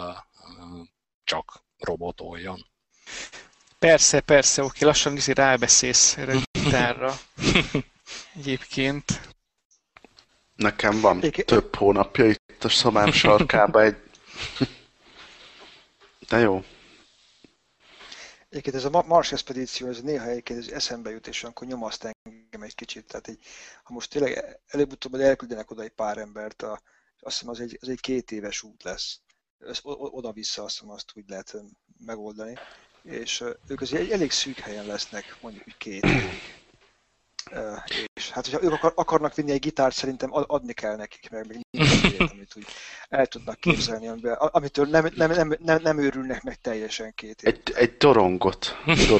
csak robotoljon. Persze, oké, lassan rábeszélsz erre a gitárra. Egyébként. Nekem van több hónapja itt a szobám sarkába egy... De jó. Egyébként ez a Mars expedíció, ez néha egyébként eszembe jut, és akkor nyomaszt engem egy kicsit. Tehát így, ha most tényleg előbb-utóbb elküldenek oda egy pár embert, azt hiszem az egy 2 éves út lesz. Oda-vissza azt hiszem azt úgy lehet megoldani. És ők azért elég szűk helyen lesznek, mondjuk úgy 2 évig. És hát, hogyha ők akarnak vinni egy gitárt, szerintem adni kell nekik, meg mindent, amit úgy el tudnak képzelni, amitől nem őrülnek meg teljesen 2 évig. Egy dorongot.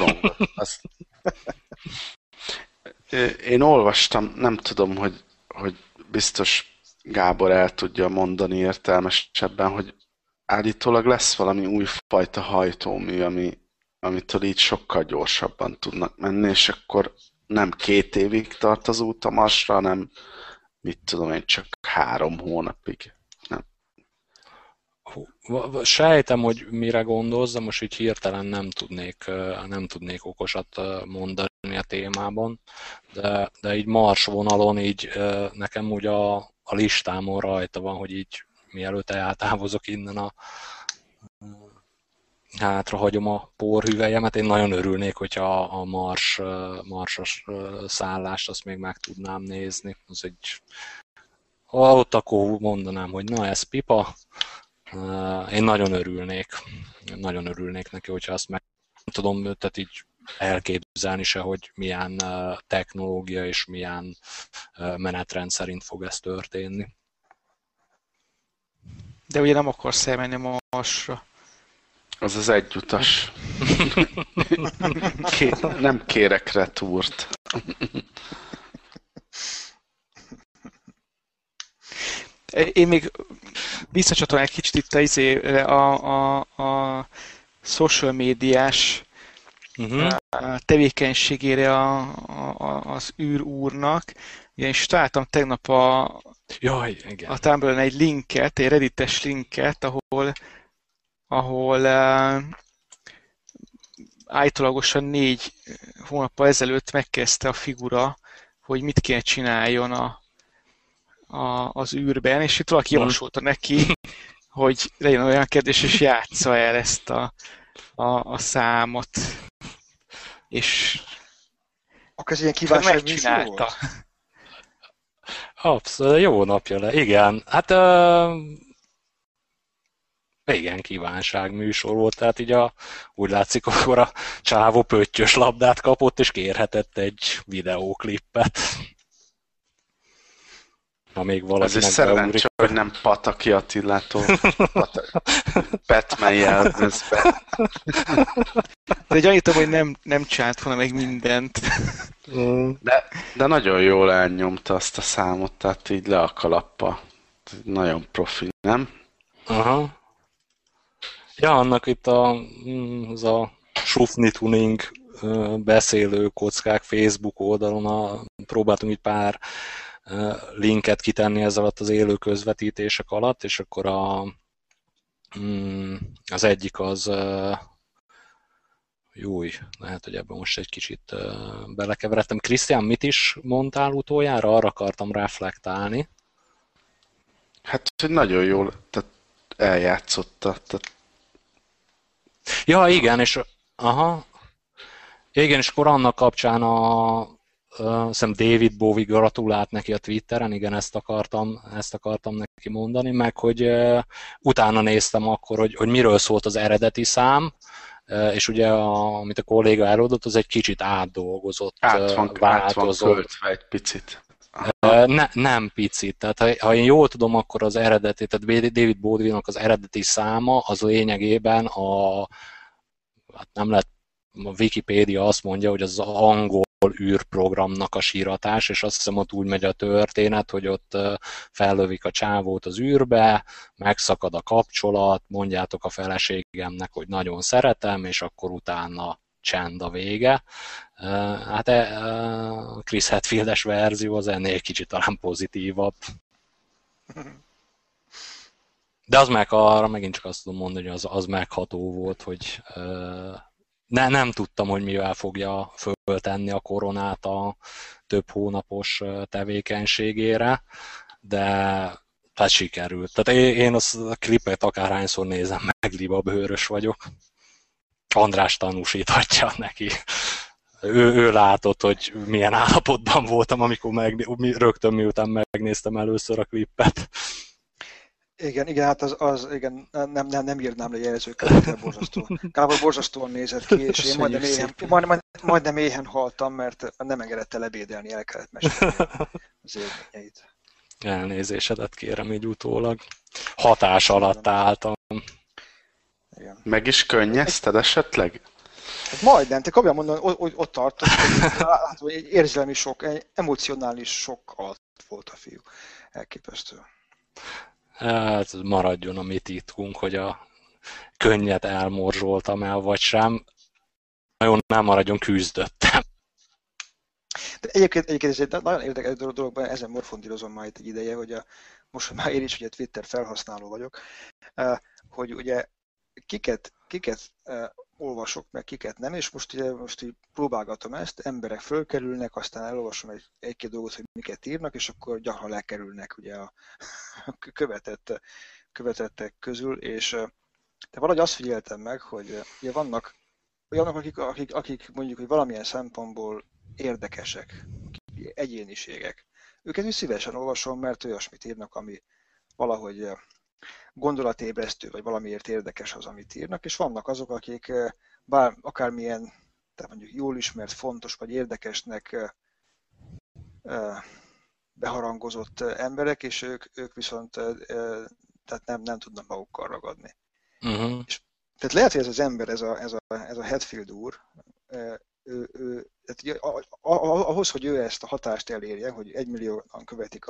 Én olvastam, nem tudom, hogy biztos Gábor el tudja mondani értelmesebben, hogy állítólag lesz valami újfajta hajtómű, amitől így sokkal gyorsabban tudnak menni, és akkor nem 2 évig tart az út a Marsra, hanem mit tudom én, csak 3 hónapig. Nem. Sejtem, hogy mire gondolsz, de most így hirtelen nem tudnék okosat mondani a témában, de így Mars vonalon így nekem úgy a listámon rajta van, hogy így mielőtt eltávozok innen hátrahagyom a porhüvelyemet. Én nagyon örülnék, hogyha a marsos szállást azt még meg tudnám nézni. Ha ott akkor mondanám, hogy na ez pipa, én nagyon örülnék neki, hogyha azt meg tudom, tehát így elképzelni se, hogy milyen technológia és milyen menetrend szerint fog ez történni. De ugye nem akarsz elmenni a Marsra. Az az egyutas. Nem kérek retúrt. Én még visszacsatolom egy kicsit itt a social médiás tevékenységére az űrúrnak. Ugyanis találtam tegnap a Tumblr-en egy linket, egy Reddit-es linket, ahol állítólagosan 4 hónappal ezelőtt megkezdte a figura, hogy mit kéne csináljon az űrben, és itt valaki javasolta neki, hogy legyen olyan kérdés, és játsza el ezt a számot. És akkor ez ilyen kívánság műsor volt? Abszolút, jó napja le. Igen, hát igen, kívánság műsor volt, tehát így úgy látszik, akkor a csávó pöttyös labdát kapott, és kérhetett egy videóklippet. Ha még valakinek ez is szerencsé, hogy nem Pataki Attilától Batman jelmezbe. De gyanítom, hogy nem csinált volna meg mindent. De nagyon jól elnyomta azt a számot, tehát így le a kalappa. Nagyon profi, nem? Aha. Ja, annak itt az a Sufni Tuning beszélő kockák Facebook oldalon próbáltunk így pár linket kitenni ez alatt az élő közvetítések alatt, és akkor az egyik az lehet, hogy ebben most egy kicsit belekeveredtem. Krisztián, mit is mondtál utoljára? Arra akartam reflektálni. Hát, hogy nagyon jól eljátszotta. Ja, igen, és igen, és akkor annak kapcsán hiszem David Bowie gratulált neki a Twitteren, igen, ezt akartam neki mondani, meg hogy utána néztem akkor, hogy miről szólt az eredeti szám, és ugye amit a kolléga elmondott, az egy kicsit átdolgozott, változott. Át van költve egy picit. Nem picit, tehát ha én jól tudom, akkor az eredeti, tehát David Baldwinnak az eredeti száma az lényegében hát nem lehet, a Wikipédia azt mondja, hogy az angol űrprogramnak a síratás, és azt hiszem, ott úgy megy a történet, hogy ott fellövik a csávót az űrbe, megszakad a kapcsolat, mondjátok a feleségemnek, hogy nagyon szeretem, és akkor utána csend a vége. Hát a Chris Hadfield-es verzió az ennél kicsit talán pozitívabb. De az arra megint csak azt tudom mondani, hogy az megható volt, hogy nem tudtam, hogy mivel fogja föltenni a koronát a több hónapos tevékenységére, de hát sikerült. Tehát én azt a klipet akárhányszor nézem meg, libabőrös vagyok. András tanúsíthatja neki. Ő látott, hogy milyen állapotban voltam, amikor rögtön miután megnéztem először a klippet. Igen, hát igen, nem írnám le jelzőket, borzasztóan nézett ki, és én majdnem éhen haltam, mert nem engedett el ebédelni, el kellett mesélni az élményeit. Elnézésedet kérem így utólag. Hatás alatt álltam. Igen. Meg is könnyezted esetleg? Hát majdnem, te komolyan mondom, ott tartott, hogy egy érzelmi sok, egy emocionális sok alatt volt a fiú. Elképesztő. Hát maradjon a mi titkunk, hogy a könnyet elmorzsoltam el, vagy sem. Nagyon nem maradjon, küzdöttem. De egyébként ez egy nagyon érdekes dologban, ezen morfondírozom már itt egy ideje, hogy most már én is ugye Twitter felhasználó vagyok, hogy ugye kiket olvasok, meg kiket nem, és most így próbálgatom ezt, emberek fölkerülnek, aztán elolvasom egy-két dolgot, hogy miket írnak, és akkor gyakran lekerülnek ugye a követettek közül, és de valahogy azt figyeltem meg, hogy ugye vannak olyanok, akik mondjuk, hogy valamilyen szempontból érdekesek, egyéniségek. Őket is szívesen olvasom, mert olyasmit írnak, ami valahogy gondolatébresztő, vagy valamiért érdekes az, amit írnak, és vannak azok, akik akármilyen, tehát mondjuk jól ismert, fontos vagy érdekesnek beharangozott emberek, és ők viszont tehát nem tudnak magukkal ragadni. Uh-huh. És, tehát lehet, hogy ez az ember, ez a Hadfield úr, tehát ahhoz, hogy ő ezt a hatást elérje, hogy 1 millióan követik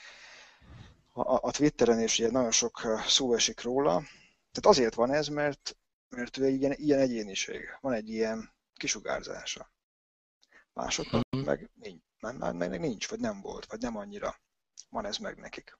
a Twitteren, és ugye nagyon sok szó esik róla. Tehát azért van ez, mert ő egy ilyen egyéniség. Van egy ilyen kisugárzása. Másoknak meg nincs, vagy nem volt, vagy nem annyira van ez meg nekik.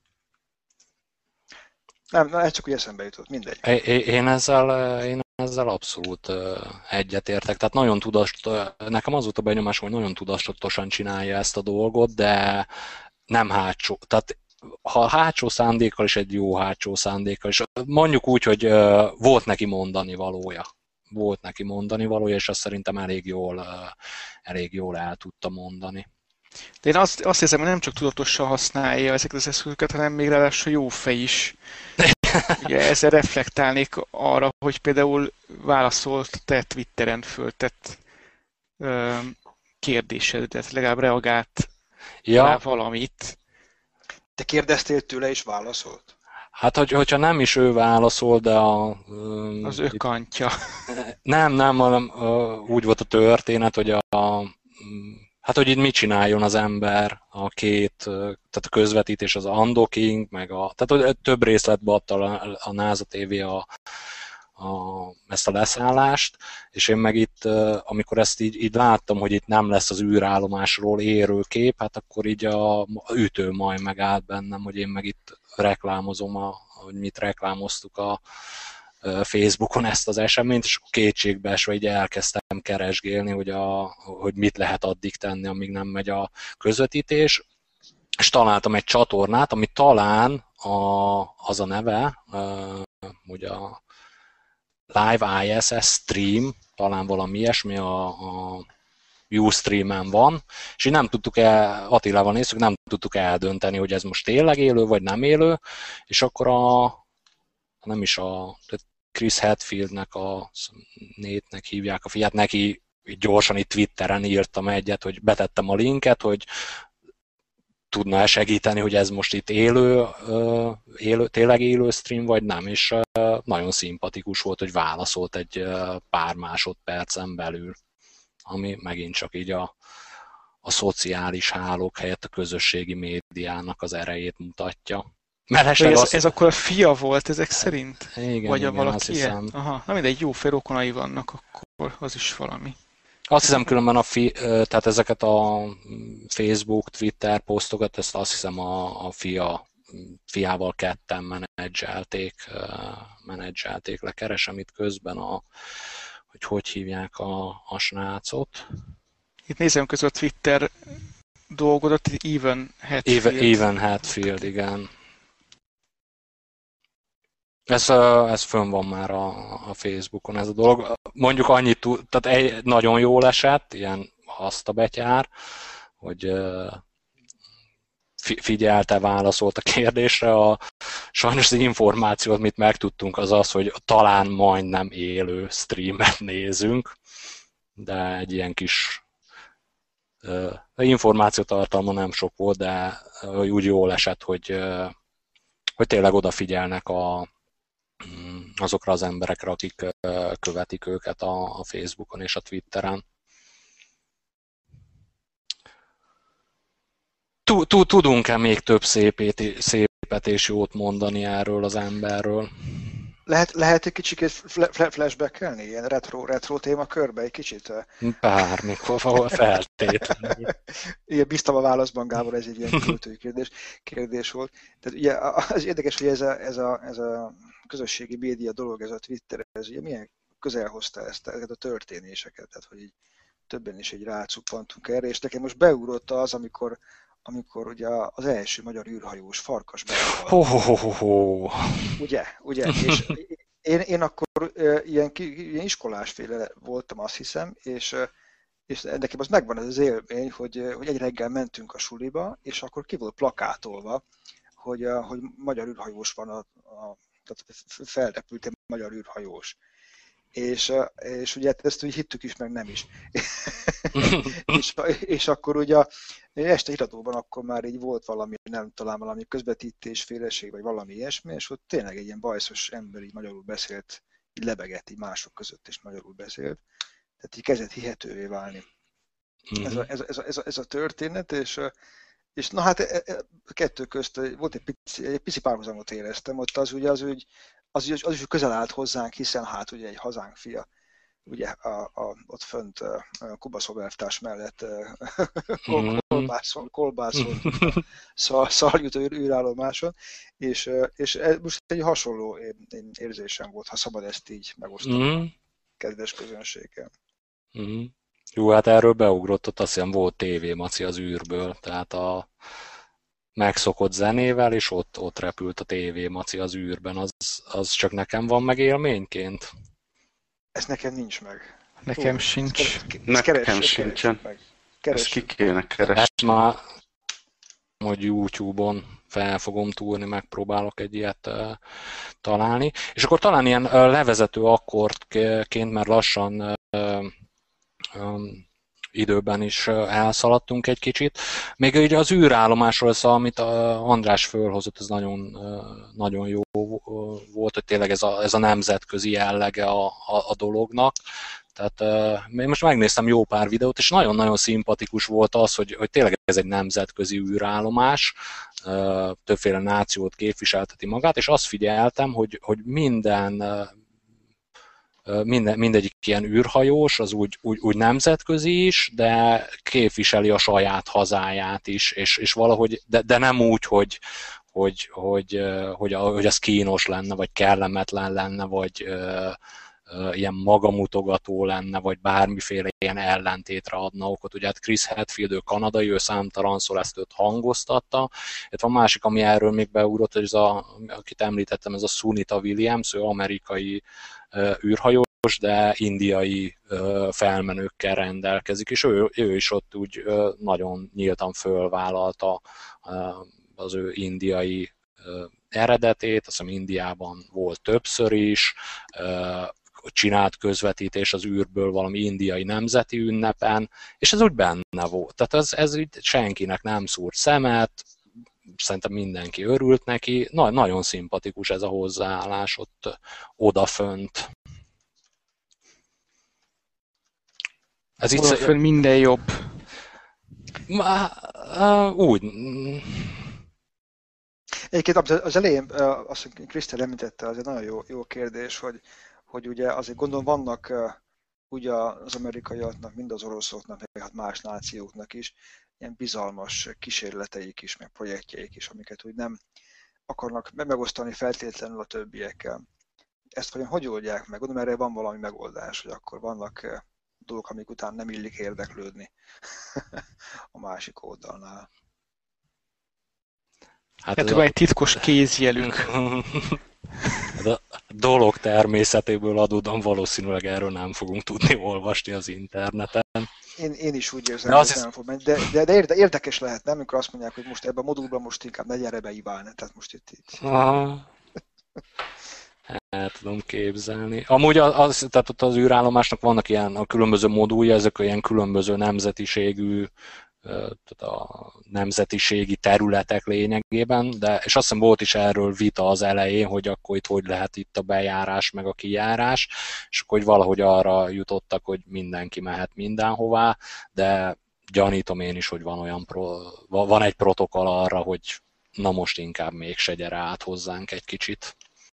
Nem, ez csak úgy eszembe jutott, mindegy. Én ezzel abszolút egyetértek. Tehát nagyon nekem az volt a benyomásom, hogy nagyon tudatosan csinálja ezt a dolgot, de nem hátsó. Tehát ha hátsó szándékkal is, egy jó hátsó szándékkal is. Mondjuk úgy, hogy volt neki mondani valója. És azt szerintem elég jól el tudta mondani. De én azt hiszem, hogy nem csak tudatosan használja ezeket az eszközöket, hanem még ráadásul jó fej is. Ugye ezzel reflektálnék arra, hogy például válaszolt te Twitteren föltett kérdésedet, legalább reagált rá valamit. Te kérdeztél tőle és válaszolt? Hát, hogyha nem is ő válaszol, de az ő kantja. Nem, hanem úgy volt a történet, hogy hát, hogy itt mit csináljon az ember, tehát a közvetítés, az undocking, tehát több részletbe adta a NASA TV ezt a leszállást, és én meg itt, amikor ezt így láttam, hogy itt nem lesz az űrállomásról érő kép, hát akkor így a ütő majd megállt bennem, hogy én meg itt reklámozom, hogy mit reklámoztuk a Facebookon ezt az eseményt, és kétségbeesve így elkezdtem keresgélni, hogy mit lehet addig tenni, amíg nem megy a közvetítés, és találtam egy csatornát, ami talán az a neve, ugye a Live ISS Stream, talán valami ilyesmi a Ustreamen van, és így nem tudtuk Attilával néztük, nem tudtuk eldönteni, hogy ez most tényleg élő, vagy nem élő, és akkor Chris Hadfieldnek, a Nate-nek hívják a fiát, neki gyorsan itt Twitteren írtam egyet, hogy betettem a linket, hogy tudna segíteni, hogy ez most itt tényleg élő stream, vagy nem, és nagyon szimpatikus volt, hogy válaszolt egy pár másodpercen belül, ami megint csak így a szociális hálók helyett a közösségi médiának az erejét mutatja. Ez akkor a fia volt ezek szerint? Igen, vagy igen, valaki azt hiszem. Aha, na mindegy, jó félrokonai vannak, akkor az is valami. Azt hiszem különben tehát ezeket a Facebook, Twitter posztokat, ezt azt hiszem a fiával ketten menedzselték le. Keresem itt közben, hogy hívják a srácot. Itt nézem közben a Twitter dolgodat, Evan Hadfield. Evan Hadfield, igen. Ez fönn van már a Facebookon ez a dolog. Mondjuk annyit, tehát nagyon jól esett, ilyen hasztabetyár, hogy figyelte, válaszolt a kérdésre. Sajnos az információt, amit megtudtunk, az, hogy talán majdnem élő streamet nézünk, de egy ilyen kis információtartalma nem sok volt, de úgy jól esett, hogy tényleg odafigyelnek azokra az emberekre, akik követik őket a Facebookon és a Twitteren. Tudunk-e még több szépet és jót mondani erről az emberről? Lehet egy kicsit flashbackelni, ilyen retro témakörbe egy kicsit? Bármikor, feltétlenül. Igen, bíztam a válaszban, Gábor, ez egy ilyen költői kérdés volt. Tehát ugye az érdekes, hogy ez a közösségi média dolog, ez a Twitter, ez ugye milyen közel hozta ezeket a történéseket, tehát hogy így többen is egy rácuppantunk erre, és nekem most beugrott az, amikor ugye az első magyar űrhajós Farkas meghalt. Ugye? És én akkor ilyen iskolásféle voltam, azt hiszem, és nekem az megvan ez az élmény, hogy egy reggel mentünk a suliba, és akkor ki volt plakátolva, hogy magyar űrhajós van, tehát felrepült egy magyar űrhajós. És ugye ezt úgy hittük is, meg nem is. és akkor ugye este híradóban akkor már így volt valami, nem talán valami közvetítésféleség, vagy valami ilyesmi, és ott tényleg egy ilyen bajszos ember így magyarul beszélt, így lebegett így mások között, és magyarul beszélt. Tehát így kezdett hihetővé válni. Ez a történet, és na hát kettő közt volt egy pici párhuzamot éreztem, ott az is közel állt hozzánk, hiszen hát ugye egy hazánk fia, ugye ott fönt Kubaszolvártás mellett kolbászolt Szarjút űrállomáson, és most egy hasonló érzésem volt, ha szabad ezt így megosztani kedves közönséggel. Jó, hát erről beugrott, ott azt hiszem volt tévémaci az űrből, tehát a megszokott zenével, és ott repült a tévémaci az űrben, az csak nekem van meg élményként? Ez nekem nincs meg. Nekem sincs. Nekem sincsen. Ezt ki kéne keresni. Ezt már, hogy YouTube-on fel fogom túrni, megpróbálok egy ilyet találni. És akkor talán ilyen levezető akkordként, mert lassan időben is elszaladtunk egy kicsit. Még így az űrállomásról szól, amit András fölhozott, ez nagyon, nagyon jó volt, hogy tényleg ez a nemzetközi jellege a dolognak. Tehát én most megnéztem jó pár videót, és nagyon-nagyon szimpatikus volt az, hogy tényleg ez egy nemzetközi űrállomás, többféle nációt képviselteti magát, és azt figyeltem, hogy mindegyik ilyen űrhajós, az úgy nemzetközi is, de képviseli a saját hazáját is, és valahogy, de nem úgy, hogy az kínos lenne, vagy kellemetlen lenne, vagy ilyen magamutogató lenne, vagy bármiféle ilyen ellentétre adna okot. Ugye hát Chris Hadfield, ő kanadai, ő számtalanszor ezt őt hangoztatta. Itt van másik, ami erről még beugrott, hogy akit említettem, ez a Sunita Williams, ő amerikai űrhajós, de indiai felmenőkkel rendelkezik, és ő is ott úgy nagyon nyíltan fölvállalta az ő indiai eredetét, azt hiszem Indiában volt többször is, csinált közvetítés az űrből valami indiai nemzeti ünnepen, és ez úgy benne volt. Tehát ez úgy senkinek nem szúrt szemet, szerintem mindenki örült neki, nagyon szimpatikus ez a hozzáállás ott odafönt. Odafönt minden jobb. Úgy. Egyébként az elején, azt Krisztel említette, az egy nagyon jó kérdés, hogy ugye azért gondolom vannak ugye az amerikaiaknak, mind az oroszoknak, meg más nációknak is ilyen bizalmas kísérleteik is, meg projektjeik is, amiket úgy nem akarnak megosztani feltétlenül a többiekkel. Ezt hogy oldják meg? Gondolom, erre van valami megoldás, hogy akkor vannak dolgok, amik után nem illik érdeklődni a másik oldalnál. Hát ez egy titkos kézjelük. A dolog természetéből adódóan valószínűleg erről nem fogunk tudni olvasni az interneten. Én is úgy érzem, hogy nem fog menni, de érdekes lehet, nem? Amikor azt mondják, hogy most ebben a modulban most inkább ne gyere beiválni, tehát most itt. El tudom képzelni. Amúgy tehát ott az űrállomásnak vannak ilyen a különböző modulja, ezek olyan különböző nemzetiségű, tehát a nemzetiségi területek lényegében, és azt hiszem volt is erről vita az elején, hogy akkor itt hogy lehet itt a bejárás meg a kijárás, és akkor hogy valahogy arra jutottak, hogy mindenki mehet mindenhová, de gyanítom én is, hogy van egy protokoll arra, hogy na most inkább mégse gyere át hozzánk egy kicsit.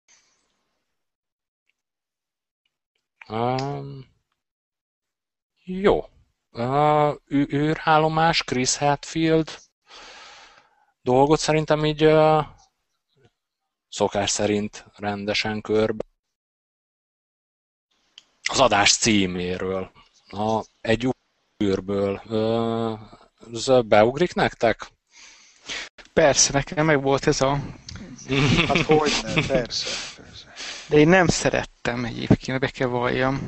Jó. űrállomás, Chris Hadfield dolgot szerintem így szokás szerint rendesen körbe. Az adás címéről. Egy űrből. Ez beugrik nektek? Persze, nekem meg volt ez a... Hát hogyne, persze. De én nem szerettem egyébként, be kell valljam.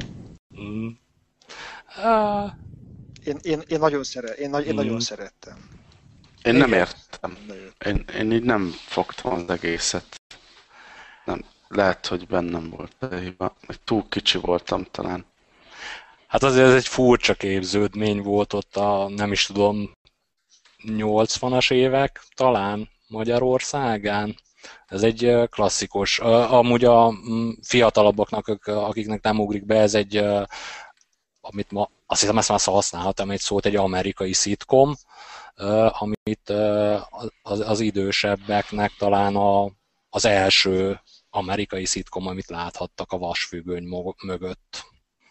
Én nagyon szerettem. Én nem értem. Én így nem fogtam az egészet. Nem. Lehet, hogy bennem volt a hiba. Túl kicsi voltam talán. Hát azért ez egy furcsa képződmény volt ott nem is tudom, 80-as évek talán Magyarországán. Ez egy klasszikus. Amúgy a fiatalabbaknak, akiknek nem ugrik be, ez egy, amit ma, azt hiszem ezt már használhatom egy szót, egy amerikai szitkom, amit az idősebbeknek talán az első amerikai szitkom, amit láthattak a vasfüggöny mögött.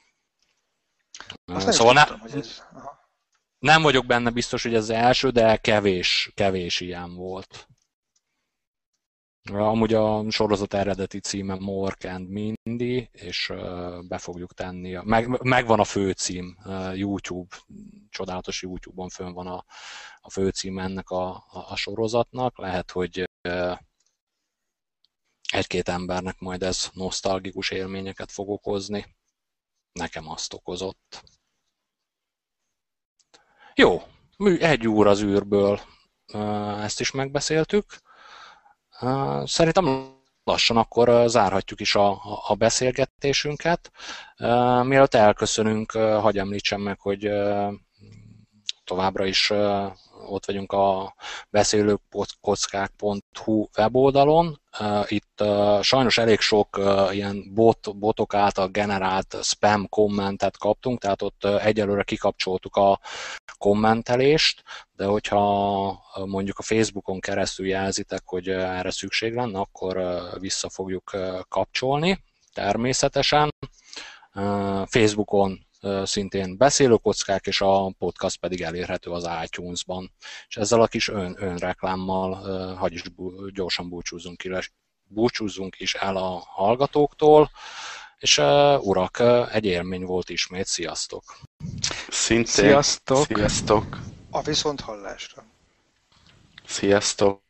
Szóval nem vagyok benne biztos, hogy ez az első, de kevés ilyen volt. Amúgy a sorozat eredeti címe Mork and Mindy, és be fogjuk tenni. Megvan a főcím, YouTube, csodálatos YouTube-on fönn van a főcím ennek a sorozatnak. Lehet, hogy egy-két embernek majd ez nosztalgikus élményeket fog okozni. Nekem azt okozott. Jó, 1 óra az űrből, ezt is megbeszéltük. Szerintem lassan akkor zárhatjuk is a beszélgetésünket. Mielőtt elköszönünk, hadd említsem meg, hogy továbbra is ott vagyunk a beszélőkockák.hu weboldalon. Itt sajnos elég sok ilyen botok által generált spam kommentet kaptunk, tehát ott egyelőre kikapcsoltuk a kommentelést, de hogyha mondjuk a Facebookon keresztül jelzitek, hogy erre szükség lenne, akkor vissza fogjuk kapcsolni természetesen. Facebookon szintén beszélőkockák, és a podcast pedig elérhető az iTunes-ban. És ezzel a kis önreklámmal hadd is gyorsan búcsúzzunk is el a hallgatóktól, és urak, egy élmény volt ismét, sziasztok! Szintén, sziasztok! Sziasztok! A viszonthallásra! Sziasztok!